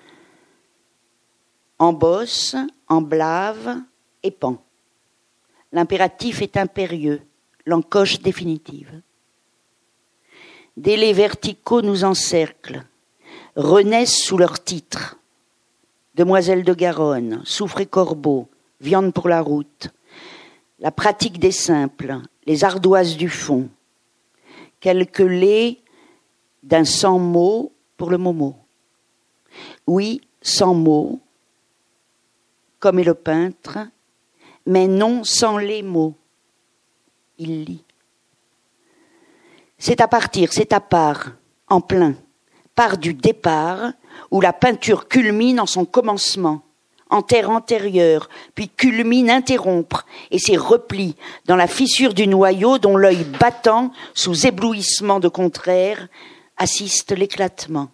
En bosse, en blave, et pan. L'impératif est impérieux, l'encoche définitive. Délais verticaux nous encerclent, renaissent sous leurs titres. Demoiselle de Garonne, soufre et corbeau, viande pour la route. La pratique des simples, les ardoises du fond. Quelques laits d'un sans mots pour le momo. Oui, sans mots, comme est le peintre, mais non sans les mots. Il lit. C'est à partir, c'est à part, en plein, part du départ, où la peinture culmine en son commencement, en terre antérieure, puis culmine interrompre, et ses replis dans la fissure du noyau dont l'œil battant, sous éblouissement de contraire, assiste l'éclatement.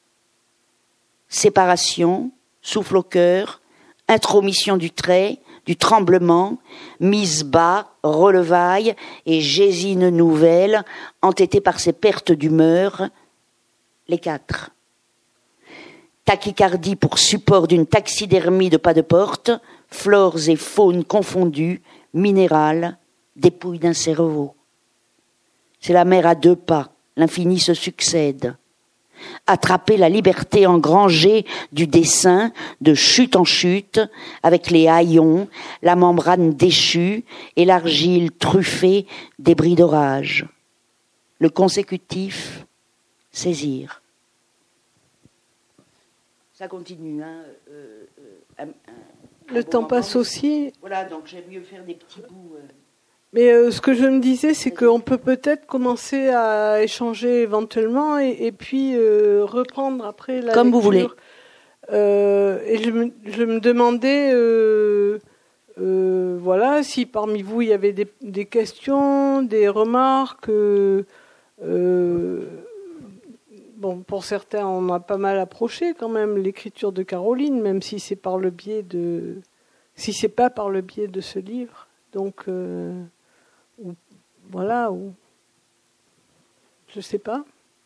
Séparation, souffle au cœur, intromission du trait, du tremblement, mise bas, relevaille et gésine nouvelle, entêtée par ses pertes d'humeur, les quatre. Tachycardie pour support d'une taxidermie de pas de porte, flores et faunes confondues, minérales, dépouille d'un cerveau. C'est la mer à deux pas, l'infini se succède. Attraper la liberté engrangée du dessin, de chute en chute, avec les haillons, la membrane déchue et l'argile truffée des bris d'orage. Le consécutif, saisir. Ça continue. Hein, euh, euh, un, un, Le un temps bon passe moment. aussi. Voilà, donc j'aime mieux faire des petits bouts. Euh. Mais euh, ce que je me disais, c'est qu'on peut peut-être commencer à échanger éventuellement et, et puis euh, reprendre après la Comme lecture. vous voulez. Euh, et je me, je me demandais, euh, euh, voilà, si parmi vous il y avait des, des questions, des remarques, euh, euh, bon, pour certains, on a pas mal approché quand même l'écriture de Caroline, même si c'est par le biais de, si c'est pas par le biais de ce livre. Donc, euh, ou, voilà, ou je sais pas,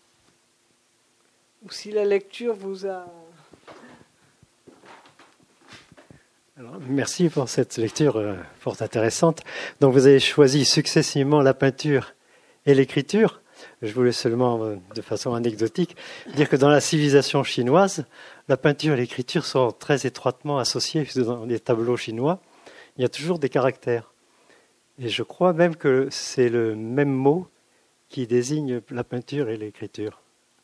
ou si la lecture vous a. Alors, merci pour cette lecture euh, fort intéressante. Donc, vous avez choisi successivement la peinture et l'écriture. Je voulais seulement, euh, de façon anecdotique, dire que dans la civilisation chinoise, la peinture et l'écriture sont très étroitement associées, puisque dans les tableaux chinois, il y a toujours des caractères. Et je crois même que c'est le même mot qui désigne la peinture et l'écriture.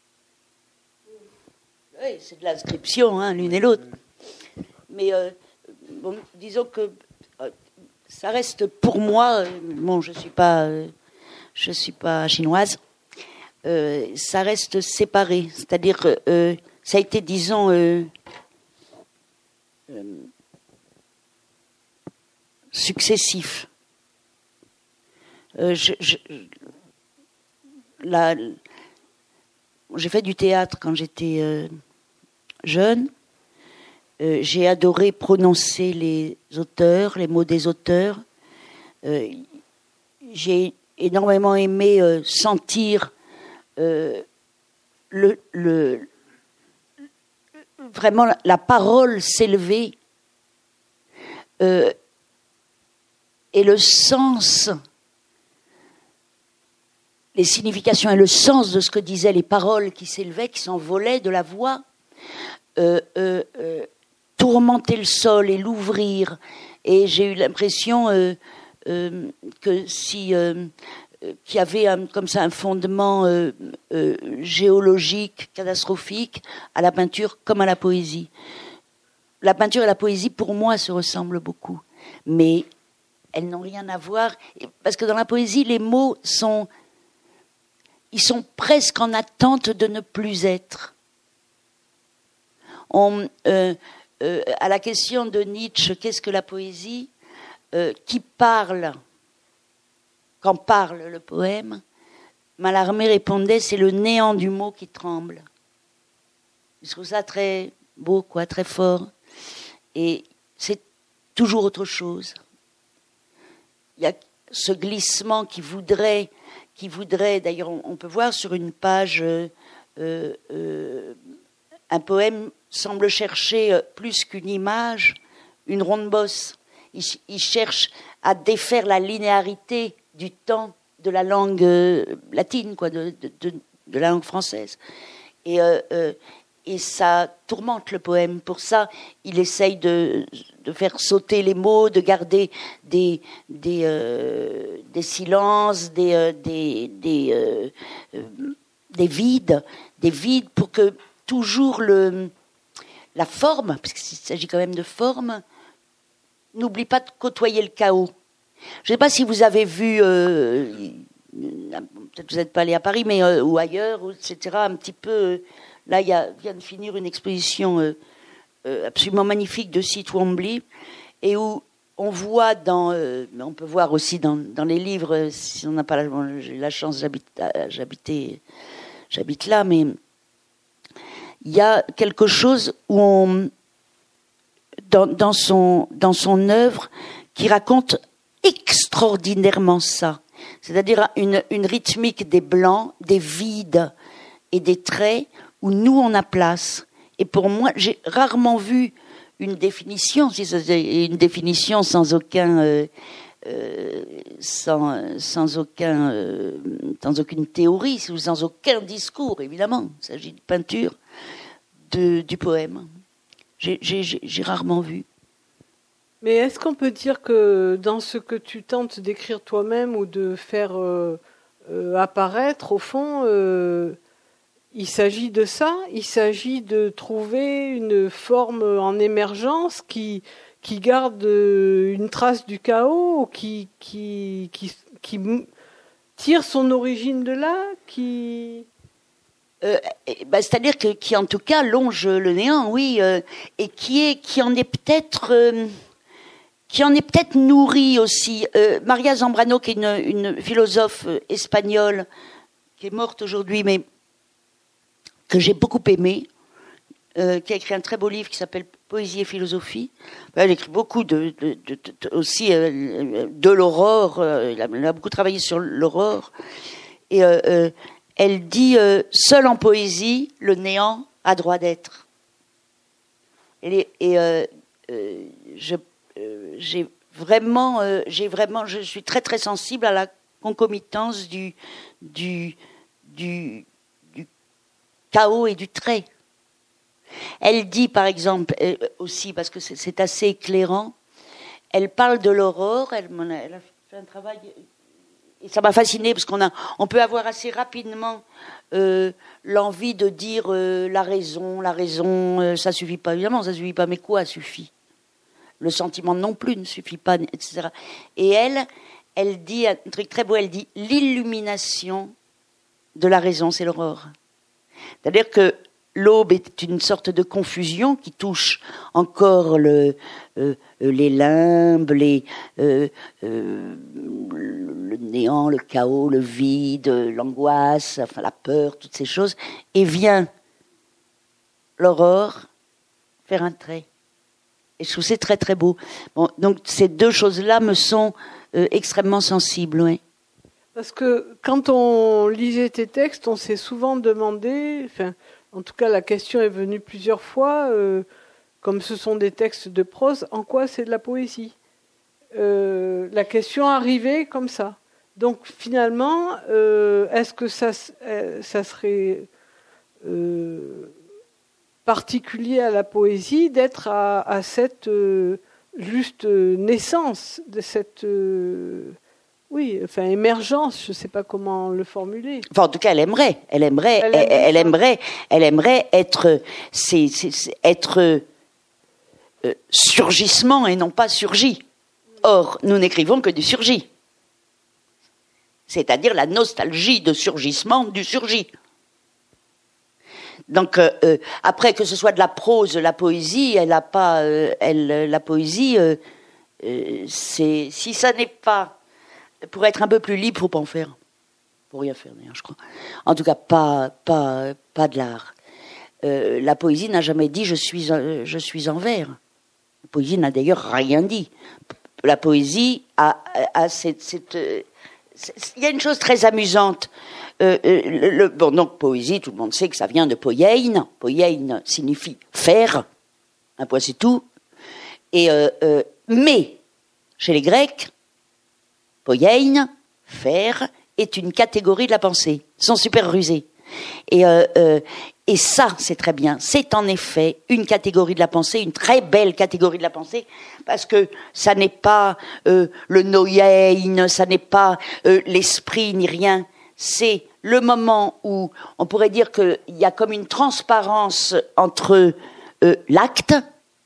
Oui, c'est de l'inscription, hein, l'une et l'autre. Mais euh, bon, disons que euh, ça reste pour moi. Euh, bon, je suis pas, euh, je suis pas chinoise. Euh, ça reste séparé, c'est-à-dire euh, ça a été, disons, euh, euh, successif. Euh, je, je, la, j'ai fait du théâtre quand j'étais euh, jeune. Euh, j'ai adoré prononcer les auteurs, les mots des auteurs. Euh, j'ai énormément aimé euh, sentir euh, le, le, vraiment la, la parole s'élever euh, et le sens, les significations et le sens de ce que disaient les paroles qui s'élevaient, qui s'envolaient de la voix, euh, euh, euh, tourmenter le sol et l'ouvrir. Et j'ai eu l'impression euh, euh, que si euh, qu'il y avait un, comme ça un fondement euh, euh, géologique, catastrophique, à la peinture comme à la poésie. La peinture et la poésie, pour moi, se ressemblent beaucoup. Mais elles n'ont rien à voir. Parce que dans la poésie, les mots sont... Ils sont presque en attente de ne plus être. On, euh, euh, à la question de Nietzsche, qu'est-ce que la poésie ? euh, Qui parle ? Quand parle le poème, Mallarmé répondait, c'est le néant du mot qui tremble. Je trouve ça très beau, quoi, très fort. Et c'est toujours autre chose. Il y a ce glissement qui voudrait, qui voudrait, d'ailleurs on peut voir sur une page, euh, euh, un poème semble chercher plus qu'une image, une ronde bosse. Il, il cherche à défaire la linéarité du temps de la langue euh, latine, quoi, de, de, de, de la langue française. Et, euh, euh, et ça tourmente le poème. Pour ça, il essaye de, de faire sauter les mots, de garder des, des, euh, des silences, des, euh, des, des, euh, euh, des vides, des vides pour que toujours le, la forme, parce qu'il s'agit quand même de forme, n'oublie pas de côtoyer le chaos. Je ne sais pas si vous avez vu, euh, peut-être vous n'êtes pas allé à Paris, mais euh, ou ailleurs, et cetera. Un petit peu. Euh, là, il y a, vient de finir une exposition euh, euh, absolument magnifique de Cy Twombly, et où on voit dans, euh, on peut voir aussi dans, dans les livres. Si on n'a pas la, bon, j'ai la chance, j'habite, j'habitais, j'habite là, mais il y a quelque chose où on, dans, dans son, dans son œuvre, qui raconte extraordinairement ça, c'est-à-dire une, une rythmique des blancs, des vides et des traits où nous on a place. Et pour moi, j'ai rarement vu une définition, si c'est une définition sans aucun, euh, euh, sans, sans aucun, euh, sans aucune théorie, sans aucun discours, évidemment. Il s'agit de peinture de, du poème. J'ai, j'ai, j'ai rarement vu. Mais est-ce qu'on peut dire que dans ce que tu tentes d'écrire toi-même ou de faire euh, euh, apparaître, au fond, euh, il s'agit de ça ? Il s'agit de trouver une forme en émergence qui, qui garde une trace du chaos, qui, qui, qui, qui tire son origine de là, qui... Euh, bah, c'est-à-dire que, qui en tout cas longe le néant, oui, euh, et qui, est, qui en est peut-être... Euh, qui en est peut-être nourri aussi. Euh, Maria Zambrano, qui est une, une philosophe espagnole, qui est morte aujourd'hui, mais que j'ai beaucoup aimé, euh, qui a écrit un très beau livre qui s'appelle Poésie et philosophie. Elle écrit beaucoup de, de, de, de aussi euh, de l'aurore. Euh, elle, a, elle a beaucoup travaillé sur l'aurore. Et euh, euh, elle dit euh, seul en poésie, le néant a droit d'être. Et, et euh, euh, je, euh, j'ai vraiment, euh, j'ai vraiment, je suis très très sensible à la concomitance du du du, du chaos et du trait. Elle dit, par exemple, euh, aussi, parce que c'est, c'est assez éclairant, elle parle de l'aurore, elle, elle a fait un travail, et ça m'a fascinée, parce qu'on a, on peut avoir assez rapidement euh, l'envie de dire euh, la raison, la raison, euh, ça suffit pas, évidemment, ça suffit pas, mais quoi suffit ? Le sentiment non plus ne suffit pas, et cetera. Et elle, elle dit un truc très beau, elle dit l'illumination de la raison, c'est l'aurore. C'est-à-dire que l'aube est une sorte de confusion qui touche encore le, euh, les limbes, les, euh, euh, le néant, le chaos, le vide, l'angoisse, enfin la peur, toutes ces choses, et vient l'aurore faire un trait. Et je trouve que c'est très très beau. Bon, donc ces deux choses-là me sont euh, extrêmement sensibles, oui. Parce que quand on lisait tes textes, on s'est souvent demandé, enfin, en tout cas la question est venue plusieurs fois, euh, comme ce sont des textes de prose, en quoi c'est de la poésie ? euh, La question arrivait comme ça. Donc finalement, euh, est-ce que ça, ça serait euh, particulier à la poésie d'être à, à cette euh, juste naissance de cette... Euh, Oui, enfin émergence, je ne sais pas comment le formuler. Enfin, en tout cas, elle aimerait, elle aimerait, elle, elle, elle aimerait, elle aimerait être, c'est, c'est, c'est être euh, surgissement et non pas surgi. Or, nous n'écrivons que du surgi, c'est-à-dire la nostalgie de surgissement du surgi. Donc, euh, euh, après que ce soit de la prose, la poésie, elle a pas, euh, elle, la poésie, euh, euh, c'est si ça n'est pas pour être un peu plus libre, il ne faut pas en faire. Il ne faut rien faire, d'ailleurs, je crois. En tout cas, pas, pas, pas de l'art. Euh, la poésie n'a jamais dit « je suis, euh, je suis en vers ». La poésie n'a d'ailleurs rien dit. La poésie a, a, a cette... cette euh, il y a une chose très amusante. Euh, le, le, bon, donc, poésie, tout le monde sait que ça vient de poiein. Poiein signifie « faire ». Un point, c'est tout. Et, euh, euh, mais, chez les Grecs, poiein, faire, est une catégorie de la pensée. Ils sont super rusés. Et, euh, euh, et ça, c'est très bien. C'est en effet une catégorie de la pensée, une très belle catégorie de la pensée, parce que ça n'est pas euh, le noïein, ça n'est pas euh, l'esprit ni rien. C'est le moment où on pourrait dire qu'il y a comme une transparence entre euh, l'acte.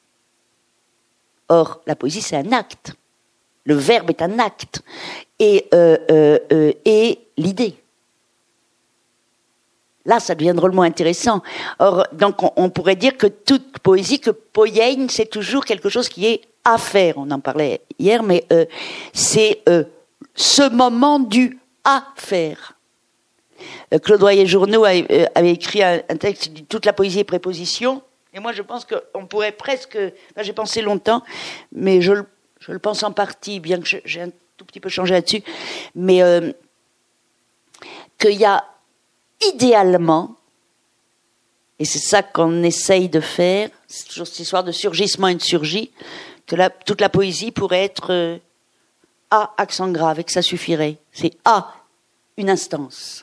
Or, la poésie, c'est un acte. Le verbe est un acte. Et, euh, euh, euh, et l'idée. Là, ça devient drôlement intéressant. Or, donc, on, on pourrait dire que toute poésie, que poiein, c'est toujours quelque chose qui est à faire. On en parlait hier, mais euh, c'est euh, ce moment du à faire. Euh, Claude Royer-Journeau avait, avait écrit un, un texte qui dit toute la poésie est préposition. Et moi, je pense qu'on pourrait presque... Enfin, j'ai pensé longtemps, mais je le Je le pense en partie, bien que j'ai un tout petit peu changé là-dessus, mais euh, qu'il y a idéalement, et c'est ça qu'on essaye de faire, c'est toujours cette histoire de surgissement et de surgit, que la, toute la poésie pourrait être euh, à accent grave, et que ça suffirait. C'est à une instance.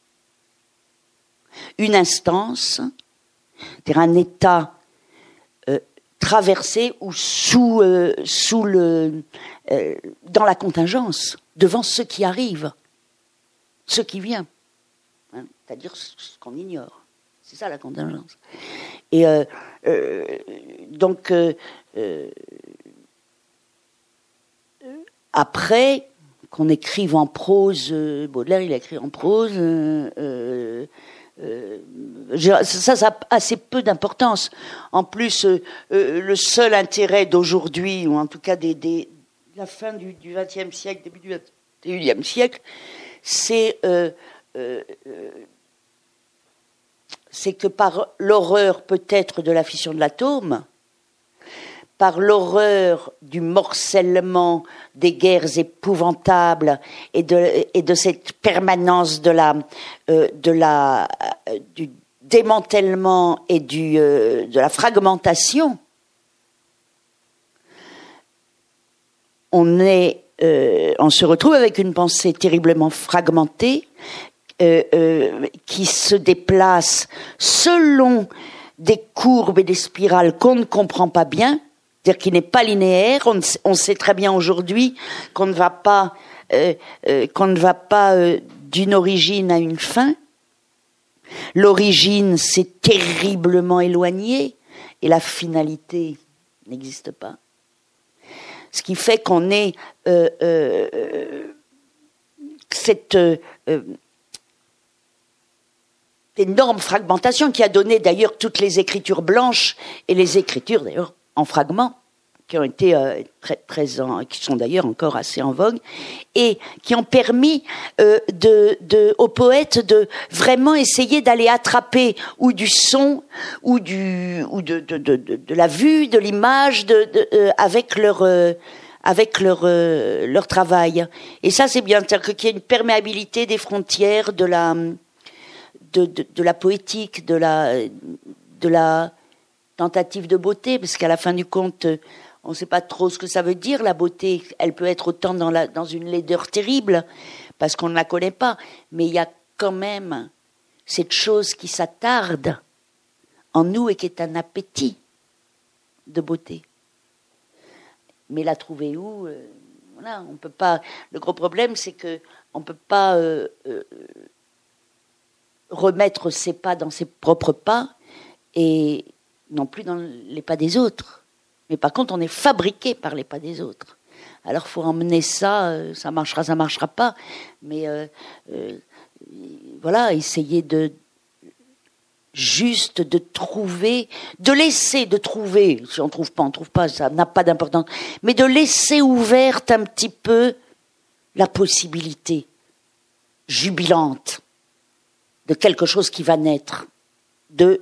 Une instance, c'est-à-dire un état euh, traversé ou sous, euh, sous le, euh, dans la contingence, devant ce qui arrive, ce qui vient, hein, c'est-à-dire ce qu'on ignore. C'est ça la contingence. Et euh, euh, donc, euh, euh, après qu'on écrive en prose, euh, Baudelaire il a écrit en prose, euh, euh, Euh, ça, ça a assez peu d'importance. En plus, euh, euh, le seul intérêt d'aujourd'hui, ou en tout cas des, des, de la fin du vingtième siècle, début du vingt et unième siècle, c'est, euh, euh, c'est que par l'horreur peut-être de la fission de l'atome, par l'horreur du morcellement des guerres épouvantables et de, et de cette permanence de la, euh, de la, euh, du démantèlement et du, euh, de la fragmentation, on, est, euh, on se retrouve avec une pensée terriblement fragmentée euh, euh, qui se déplace selon des courbes et des spirales qu'on ne comprend pas bien, c'est-à-dire qui n'est pas linéaire. On, on sait très bien aujourd'hui qu'on ne va pas, euh, euh, qu'on ne va pas euh, d'une origine à une fin. L'origine, c'est terriblement éloigné et la finalité n'existe pas. Ce qui fait qu'on est euh, euh, cette euh, énorme fragmentation qui a donné d'ailleurs toutes les écritures blanches et les écritures d'ailleurs en fragments qui ont été euh, très, très en, qui sont d'ailleurs encore assez en vogue et qui ont permis euh, de, de, aux poètes de vraiment essayer d'aller attraper ou du son ou du ou de, de, de, de, de la vue, de l'image, de, de, euh, avec leur euh, avec leur euh, leur travail. Et ça c'est bien, c'est-à-dire qu'il y a une perméabilité des frontières de la de, de, de la poétique, de la de la tentative de beauté, parce qu'à la fin du compte, on ne sait pas trop ce que ça veut dire, la beauté. Elle peut être autant dans, la, dans une laideur terrible, parce qu'on ne la connaît pas, mais il y a quand même cette chose qui s'attarde en nous et qui est un appétit de beauté. Mais la trouver où euh, voilà, on peut pas. Le gros problème, c'est que on peut pas euh, euh, remettre ses pas dans ses propres pas et non plus dans les pas des autres. Mais par contre, on est fabriqué par les pas des autres. Alors, il faut emmener ça, euh, ça marchera, ça marchera pas. Mais euh, euh, voilà, essayer de juste de trouver, de laisser, de trouver. Si on trouve pas, on trouve pas, ça n'a pas d'importance. Mais de laisser ouverte un petit peu la possibilité jubilante de quelque chose qui va naître, de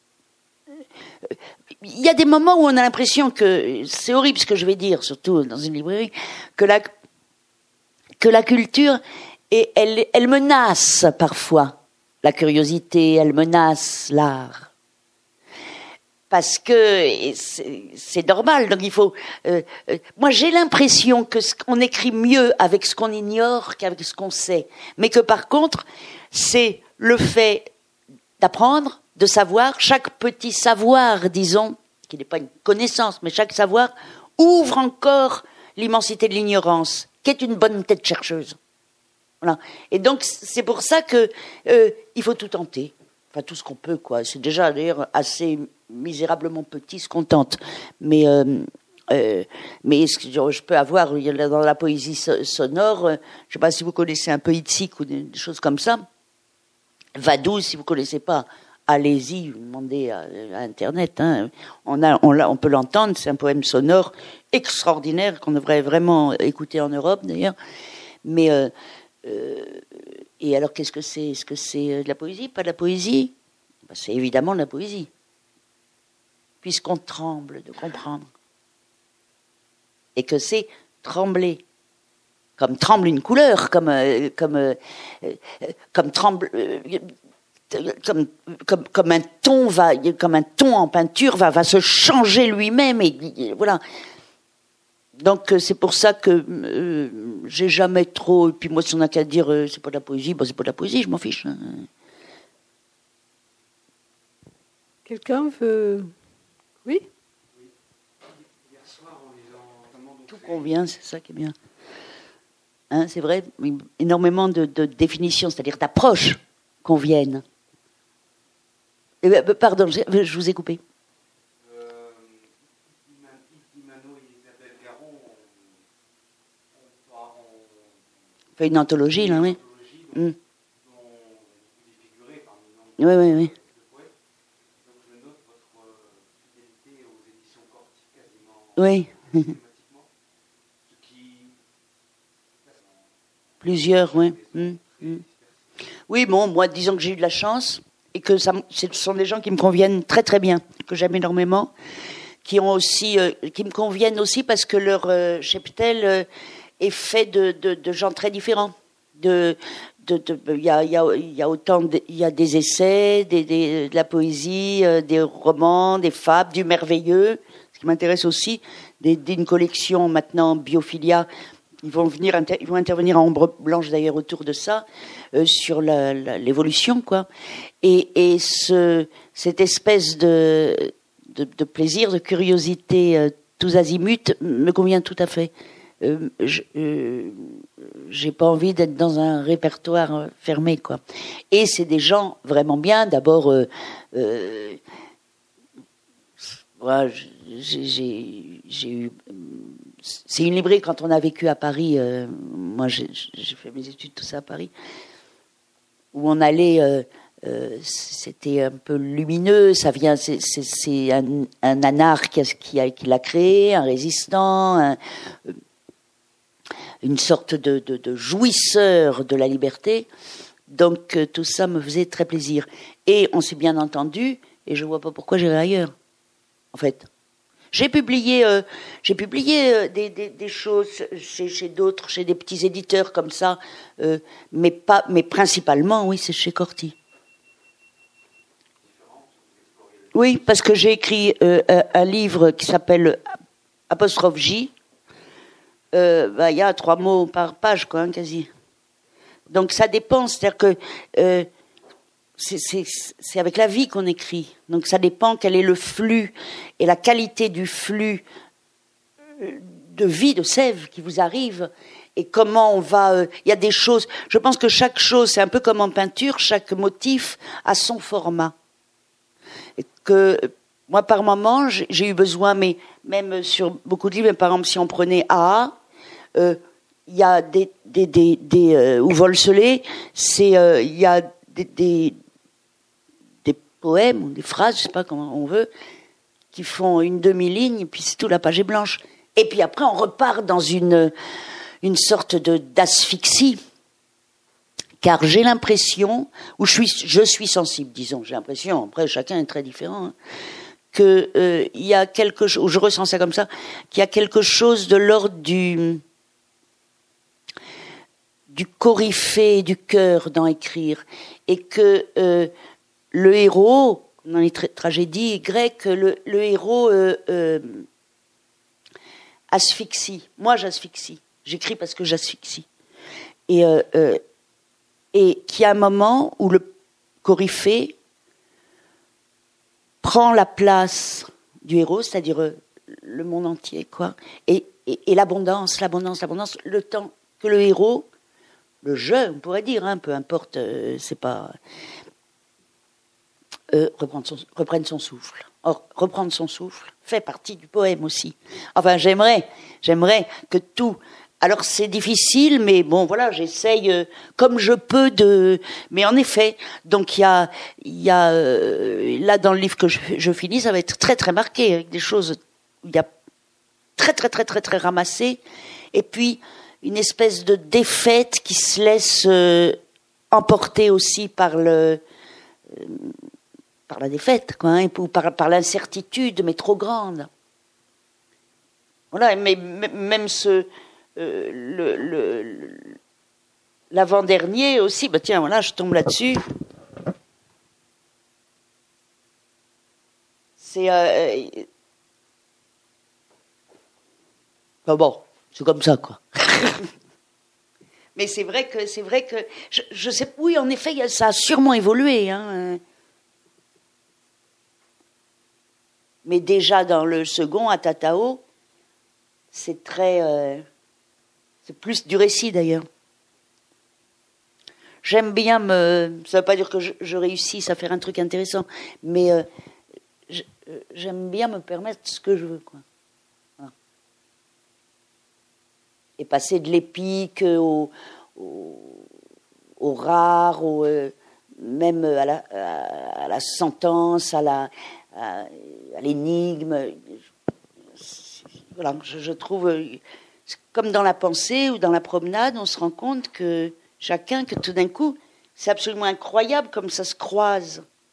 il y a des moments où on a l'impression que, c'est horrible ce que je vais dire, surtout dans une librairie, que la, que la culture, et elle, elle menace parfois la curiosité, elle menace l'art. Parce que c'est, c'est normal, donc il faut... Euh, euh, moi j'ai l'impression que ce, on écrit mieux avec ce qu'on ignore qu'avec ce qu'on sait. Mais que par contre, c'est le fait d'apprendre, de savoir, chaque petit savoir, disons, qui n'est pas une connaissance, mais chaque savoir ouvre encore l'immensité de l'ignorance, qui est une bonne tête chercheuse. Voilà. Et donc, c'est pour ça que euh, il faut tout tenter. Enfin, tout ce qu'on peut, quoi. C'est déjà, d'ailleurs, assez misérablement petit ce qu'on tente. Mais, euh, euh, mais je peux avoir, dans la poésie sonore, je ne sais pas si vous connaissez un peu Itzik ou des choses comme ça. Vadou, si vous ne connaissez pas, allez-y, vous demandez à, à Internet. Hein. On, a, on, on peut l'entendre, c'est un poème sonore extraordinaire qu'on devrait vraiment écouter en Europe, d'ailleurs. Mais, euh, euh, et alors, qu'est-ce que c'est ? Est-ce que c'est de la poésie ? Pas de la poésie ? Ben, c'est évidemment de la poésie. Puisqu'on tremble de comprendre. Et que c'est trembler. Comme tremble une couleur, comme, euh, comme, euh, comme tremble... Euh, Comme, comme, comme un ton va, comme un ton en peinture va, va se changer lui-même et voilà. Donc c'est pour ça que euh, j'ai jamais trop. Et puis moi, si on n'a qu'à dire euh, c'est pas de la poésie, bon, c'est pas de la poésie, je m'en fiche. Hein. Quelqu'un veut. Oui. Hier soir, en lisant tout convient, c'est ça qui est bien. Hein, c'est vrai, énormément de, de définitions, c'est-à-dire d'approches conviennent. Pardon, je vous ai coupé. Euh, Mano et Isabelle Garon ont, ont, ont fait une anthologie, là, oui. Dont, mm. dont vous y figurez parmi le nombre oui, oui, oui. de poètes. Donc je note votre fidélité aux éditions Corti quasiment oui. systématiquement. Ce qui... Plusieurs, oui. Mm. Mm. Oui, bon, moi, disons que j'ai eu de la chance. et que ça, ce sont des gens qui me conviennent très très bien, que j'aime énormément, qui ont aussi, euh, qui me conviennent aussi parce que leur euh, cheptel euh, est fait de, de, de gens très différents. De, de, de, il y a, il y a, il y a autant, de, il y a des essais, des, des, de la poésie, euh, des romans, des fables, du merveilleux. Ce qui m'intéresse aussi, des, d'une collection maintenant Biophilia. Ils vont venir, ils vont intervenir en ombre blanche d'ailleurs autour de ça, euh, sur la, la, l'évolution, quoi. Et, et ce, cette espèce de, de, de plaisir, de curiosité, euh, tous azimuts, me convient tout à fait. Euh, je, euh, j'ai pas envie d'être dans un répertoire euh, fermé, quoi. Et c'est des gens vraiment bien. D'abord, euh, euh, voilà, j'ai, j'ai, j'ai eu. C'est une librairie, quand on a vécu à Paris, euh, moi j'ai, j'ai fait mes études, tout ça à Paris, où on allait, euh, euh, c'était un peu lumineux, ça vient, c'est, c'est, c'est un, un anarque qui, a, qui, a, qui l'a créé, un résistant, un, une sorte de, de, de jouisseur de la liberté, donc euh, tout ça me faisait très plaisir. Et on s'est bien entendu, et je ne vois pas pourquoi j'irais ailleurs, en fait. J'ai publié, euh, j'ai publié euh, des, des, des choses chez, chez d'autres, chez des petits éditeurs comme ça, euh, mais pas, mais principalement, oui, c'est chez Corti. Oui, parce que j'ai écrit euh, un, un livre qui s'appelle Apostrophe J. Euh, bah, y a trois mots par page, quoi, hein, quasi. Donc ça dépend, c'est-à-dire que euh, C'est, c'est, c'est avec la vie qu'on écrit. Donc ça dépend quel est le flux et la qualité du flux de vie, de sève qui vous arrive et comment on va... Il euh, y a des choses... Je pense que chaque chose, c'est un peu comme en peinture, chaque motif a son format. Et que moi, par moment, j'ai, j'ai eu besoin, mais même sur beaucoup de livres, par exemple, si on prenait A, il euh, y a des... des, des, des euh, ou Volselé, c'est... Il euh, y a des... des poèmes ou des phrases, je sais pas comment on veut, qui font une demi-ligne, et puis c'est tout, la page est blanche. Et puis après, on repart dans une, une sorte de, d'asphyxie, car j'ai l'impression, ou je suis, je suis sensible, disons, j'ai l'impression, après chacun est très différent, hein, que euh, il y a quelque chose, ou je ressens ça comme ça, qu'il y a quelque chose de l'ordre du du coryphée du cœur dans écrire, et que euh, le héros, dans les tra- tragédies grecques, le, le héros euh, euh, asphyxie. Moi, j'asphyxie. J'écris parce que j'asphyxie. Et, euh, euh, et qu'il y a un moment où le coryphée prend la place du héros, c'est-à-dire euh, le monde entier, quoi. Et, et, et l'abondance, l'abondance, l'abondance, le temps que le héros, le jeu, on pourrait dire, hein, peu importe, euh, c'est pas... Euh, reprendre son, reprendre son souffle. Or, reprendre son souffle fait partie du poème aussi. Enfin, j'aimerais, j'aimerais que tout... Alors, c'est difficile, mais bon, voilà, j'essaye euh, comme je peux de... Mais en effet, donc il y a... Y a euh, là, dans le livre que je, je finis, ça va être très, très marqué, avec des choses où il y a très, très, très, très, très ramassé. Et puis, une espèce de défaite qui se laisse euh, emporter aussi par le... Euh, par la défaite, quoi, hein, ou par, par l'incertitude, mais trop grande. Voilà, mais même ce, euh, le, le, l'avant-dernier aussi, bah tiens, voilà, je tombe là-dessus. C'est, euh, enfin bon, c'est comme ça, quoi. Mais c'est vrai que, c'est vrai que, je, je sais, oui, en effet, ça a sûrement évolué, hein. Mais déjà dans le second, à Tatao, c'est très... Euh, c'est plus du récit d'ailleurs. J'aime bien me... Ça ne veut pas dire que je, je réussisse à faire un truc intéressant, mais euh, je, j'aime bien me permettre ce que je veux, quoi. Voilà. Et passer de l'épique au, au, au rare, au, euh, même à la, à, à la sentence, à la... À, à l'énigme. Voilà, je, je trouve, comme dans la pensée ou dans la promenade, on se rend compte que chacun, que tout d'un coup, c'est absolument incroyable comme ça se croise.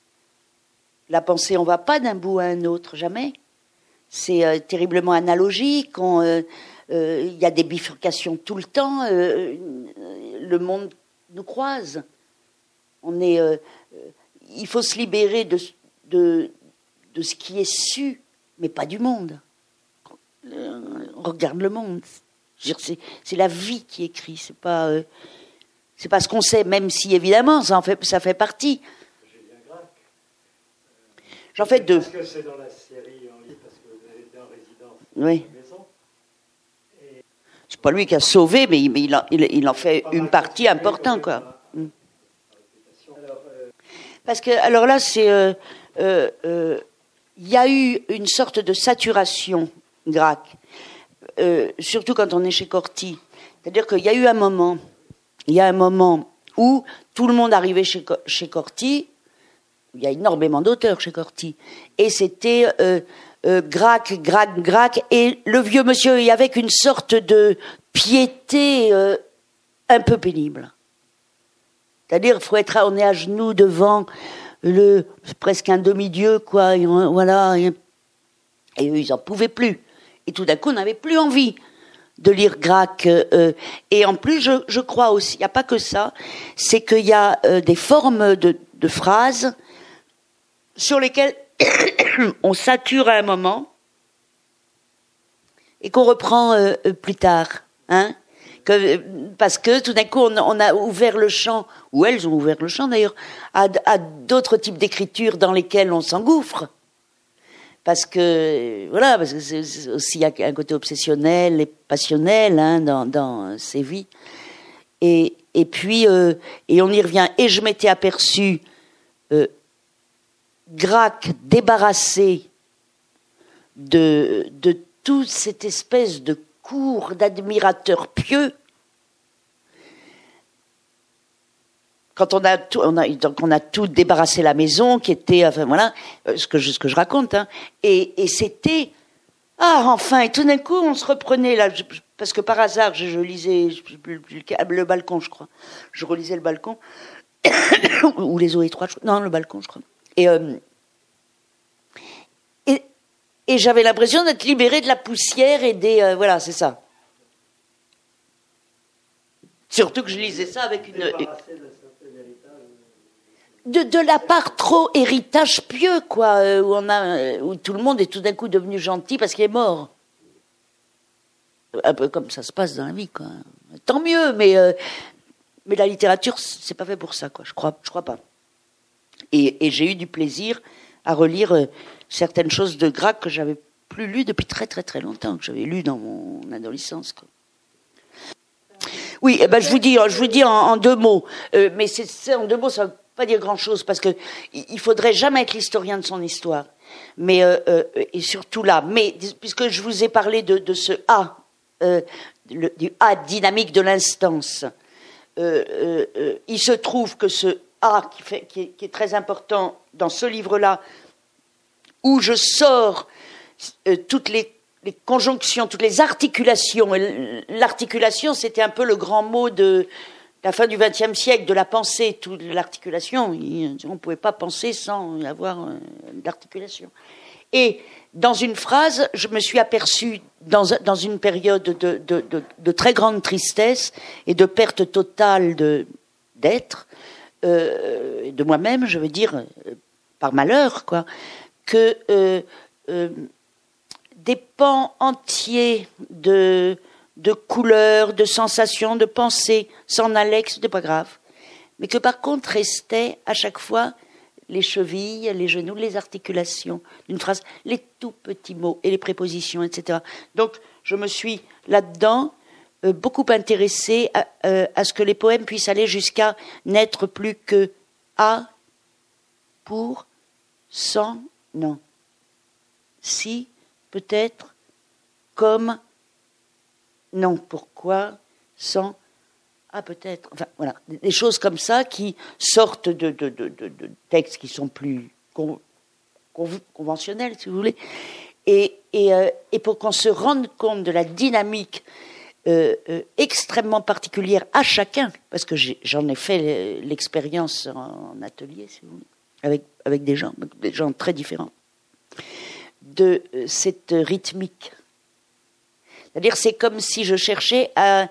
la pensée, on ne va pas d'un bout à un autre, jamais. C'est euh, terriblement analogique, il euh, euh, y a des bifurcations tout le temps, euh, le monde nous croise. On est, euh, il faut se libérer de, de, de ce qui est su, mais pas du monde. On regarde le monde. C'est, c'est la vie qui écrit, c'est pas, euh, c'est pas ce qu'on sait, même si évidemment ça, en fait, ça fait partie. J'en fais deux. Parce que c'est dans la série en livre, parce que vous avez été en résidence oui. à la maison. Et... C'est pas lui qui a sauvé, mais il, il, en, il, il en fait une partie importante, quoi. Mm. Parce que, alors là, c'est, il euh, euh, euh, y a eu une sorte de saturation Gracq, euh, surtout quand on est chez Corti. C'est-à-dire qu'il y a eu un moment, il y a un moment où tout le monde arrivait chez, chez Corti. Il y a énormément d'auteurs chez Corti. Et c'était euh, euh, Gracq, Gracq, Gracq. Et le vieux monsieur, il y avait une sorte de piété euh, un peu pénible. C'est-à-dire, faut être, on est à genoux devant le presque un demi-dieu, quoi. Et, voilà. Et, et eux, ils n'en pouvaient plus. Et tout d'un coup, on n'avait plus envie de lire Gracq. Euh, et en plus, je, je crois aussi, il n'y a pas que ça, c'est qu'il y a euh, des formes de, de phrases sur lesquelles on sature à un moment et qu'on reprend euh, plus tard. Hein, que, parce que tout d'un coup, on, on a ouvert le champ, ou elles ont ouvert le champ d'ailleurs, à, à d'autres types d'écriture dans lesquelles on s'engouffre. Parce que, voilà, parce que c'est, c'est aussi un côté obsessionnel et passionnel hein, dans, dans ces vies. Et, et puis, euh, et on y revient. Et je m'étais aperçu, euh, Gracq débarrassé de, de toute cette espèce de cour d'admirateurs pieux. Quand on a tout, on a, donc on a tout débarrassé la maison, qui était, enfin voilà, ce que je, ce que je raconte, hein, et, et c'était, ah enfin, et tout d'un coup on se reprenait là, je, parce que par hasard je, je lisais je, le, le balcon, je crois, je relisais le balcon ou les eaux étroites, non le balcon, je crois, et euh, et, et j'avais l'impression d'être libérée de la poussière et des, euh, voilà, c'est ça. Surtout que je lisais ça avec une. De, de la part trop héritage pieux, quoi, où, on a, où tout le monde est tout d'un coup devenu gentil parce qu'il est mort. Un peu comme ça se passe dans la vie, quoi. Tant mieux, mais, euh, mais la littérature, c'est pas fait pour ça, quoi. Je crois, je crois pas. Et, et j'ai eu du plaisir à relire euh, certaines choses de Gracq que j'avais plus lues depuis très très très longtemps, que j'avais lues dans mon adolescence, quoi. Oui, eh ben, je vous dis, je vous dis en, en deux mots, euh, mais c'est, c'est en deux mots, ça pas dire grand-chose, parce que il faudrait jamais être l'historien de son histoire. Mais, euh, euh, et surtout là, mais puisque je vous ai parlé de, de ce A, euh, le, du A dynamique de l'instance, euh, euh, euh, il se trouve que ce A qui, fait, qui, est, qui est très important dans ce livre-là, où je sors euh, toutes les, les conjonctions, toutes les articulations, et l'articulation, c'était un peu le grand mot de la fin du vingtième siècle, de la pensée, toute l'articulation. On ne pouvait pas penser sans avoir euh, l'articulation. Et dans une phrase, je me suis aperçue, dans, dans une période de, de, de, de très grande tristesse et de perte totale de, d'être, euh, de moi-même, je veux dire, euh, par malheur, quoi, que euh, euh, des pans entiers de... de couleurs, de sensations, de pensées, s'en allaient, que c'était pas grave. Mais que par contre restaient à chaque fois les chevilles, les genoux, les articulations d'une phrase, les tout petits mots et les prépositions, et cetera. Donc je me suis là-dedans euh, beaucoup intéressée à, euh, à ce que les poèmes puissent aller jusqu'à n'être plus que à, pour, sans, non. Si, peut-être, comme, non, pourquoi, sans, ah peut-être, enfin voilà, des choses comme ça qui sortent de, de, de, de, de textes qui sont plus con, con, conventionnels, si vous voulez, et, et, euh, et pour qu'on se rende compte de la dynamique euh, euh, extrêmement particulière à chacun, parce que j'ai, j'en ai fait l'expérience en atelier, si vous voulez, avec, avec des gens, des gens très différents, de euh, cette rythmique. C'est-à-dire, c'est comme si je cherchais à,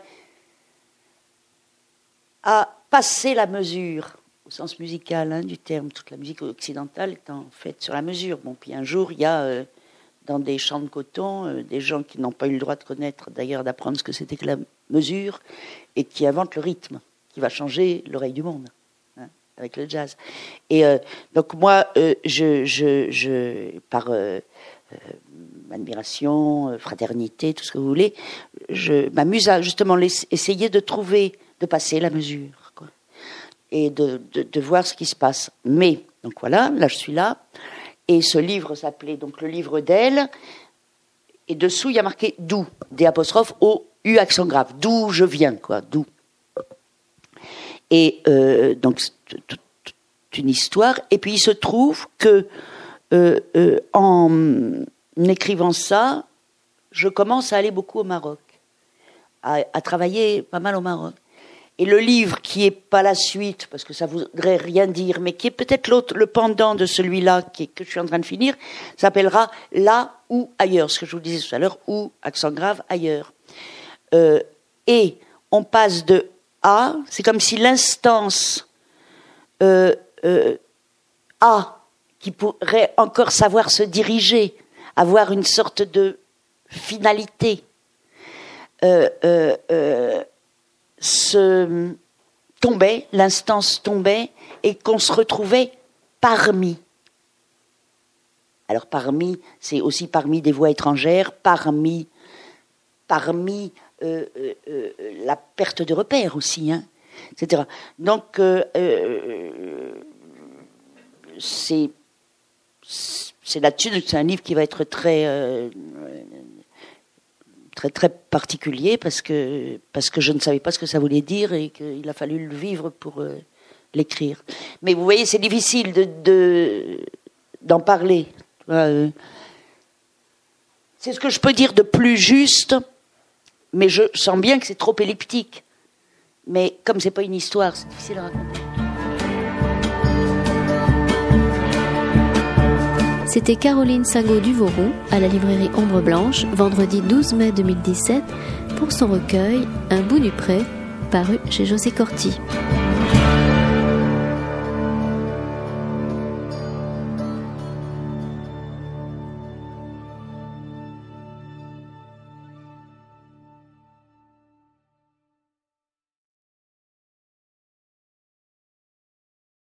à passer la mesure, au sens musical hein, du terme. Toute la musique occidentale étant faite sur la mesure. Bon, puis un jour, il y a euh, dans des champs de coton euh, des gens qui n'ont pas eu le droit de connaître, d'ailleurs, d'apprendre ce que c'était que la mesure, et qui inventent le rythme, qui va changer l'oreille du monde, hein, avec le jazz. Et euh, donc moi, euh, je, je, je, par euh, euh, admiration, euh, fraternité, tout ce que vous voulez, je m'amuse à justement essayer de trouver, de passer la mesure, quoi, et de, de, de voir ce qui se passe. Mais, donc voilà, là je suis là, et ce livre s'appelait donc le livre d'elle, et dessous il y a marqué d'où, des apostrophes au U accent grave, d'où je viens, quoi, d'où. Et euh, donc toute une histoire. Et puis il se trouve que euh, euh, en écrivant ça, je commence à aller beaucoup au Maroc, à, à travailler pas mal au Maroc. Et le livre qui est pas la suite, parce que ça voudrait rien dire, mais qui est peut-être l'autre, le pendant de celui-là qui est, que je suis en train de finir, s'appellera Là ou ailleurs, ce que je vous disais tout à l'heure, ou accent grave ailleurs. Euh, et on passe de A, c'est comme si l'instance euh, euh, A, qui pourrait encore savoir se diriger, avoir une sorte de finalité, euh, euh, euh, se tombait, l'instance tombait, et qu'on se retrouvait parmi. Alors parmi, c'est aussi parmi des voix étrangères, parmi, parmi euh, euh, euh, la perte de repères aussi, hein, et cetera. Donc euh, euh, c'est c'est là-dessus, c'est un livre qui va être très euh, très très particulier parce que parce que je ne savais pas ce que ça voulait dire et qu'il a fallu le vivre pour euh, l'écrire. Mais vous voyez, c'est difficile de, de d'en parler. Euh, c'est ce que je peux dire de plus juste, mais je sens bien que c'est trop elliptique. Mais comme c'est pas une histoire, c'est difficile à raconter. C'était Caroline Sagot du Voron à la librairie Ombre Blanche, vendredi douze mai deux mille dix-sept, pour son recueil Un bout du pré, paru chez José Corti.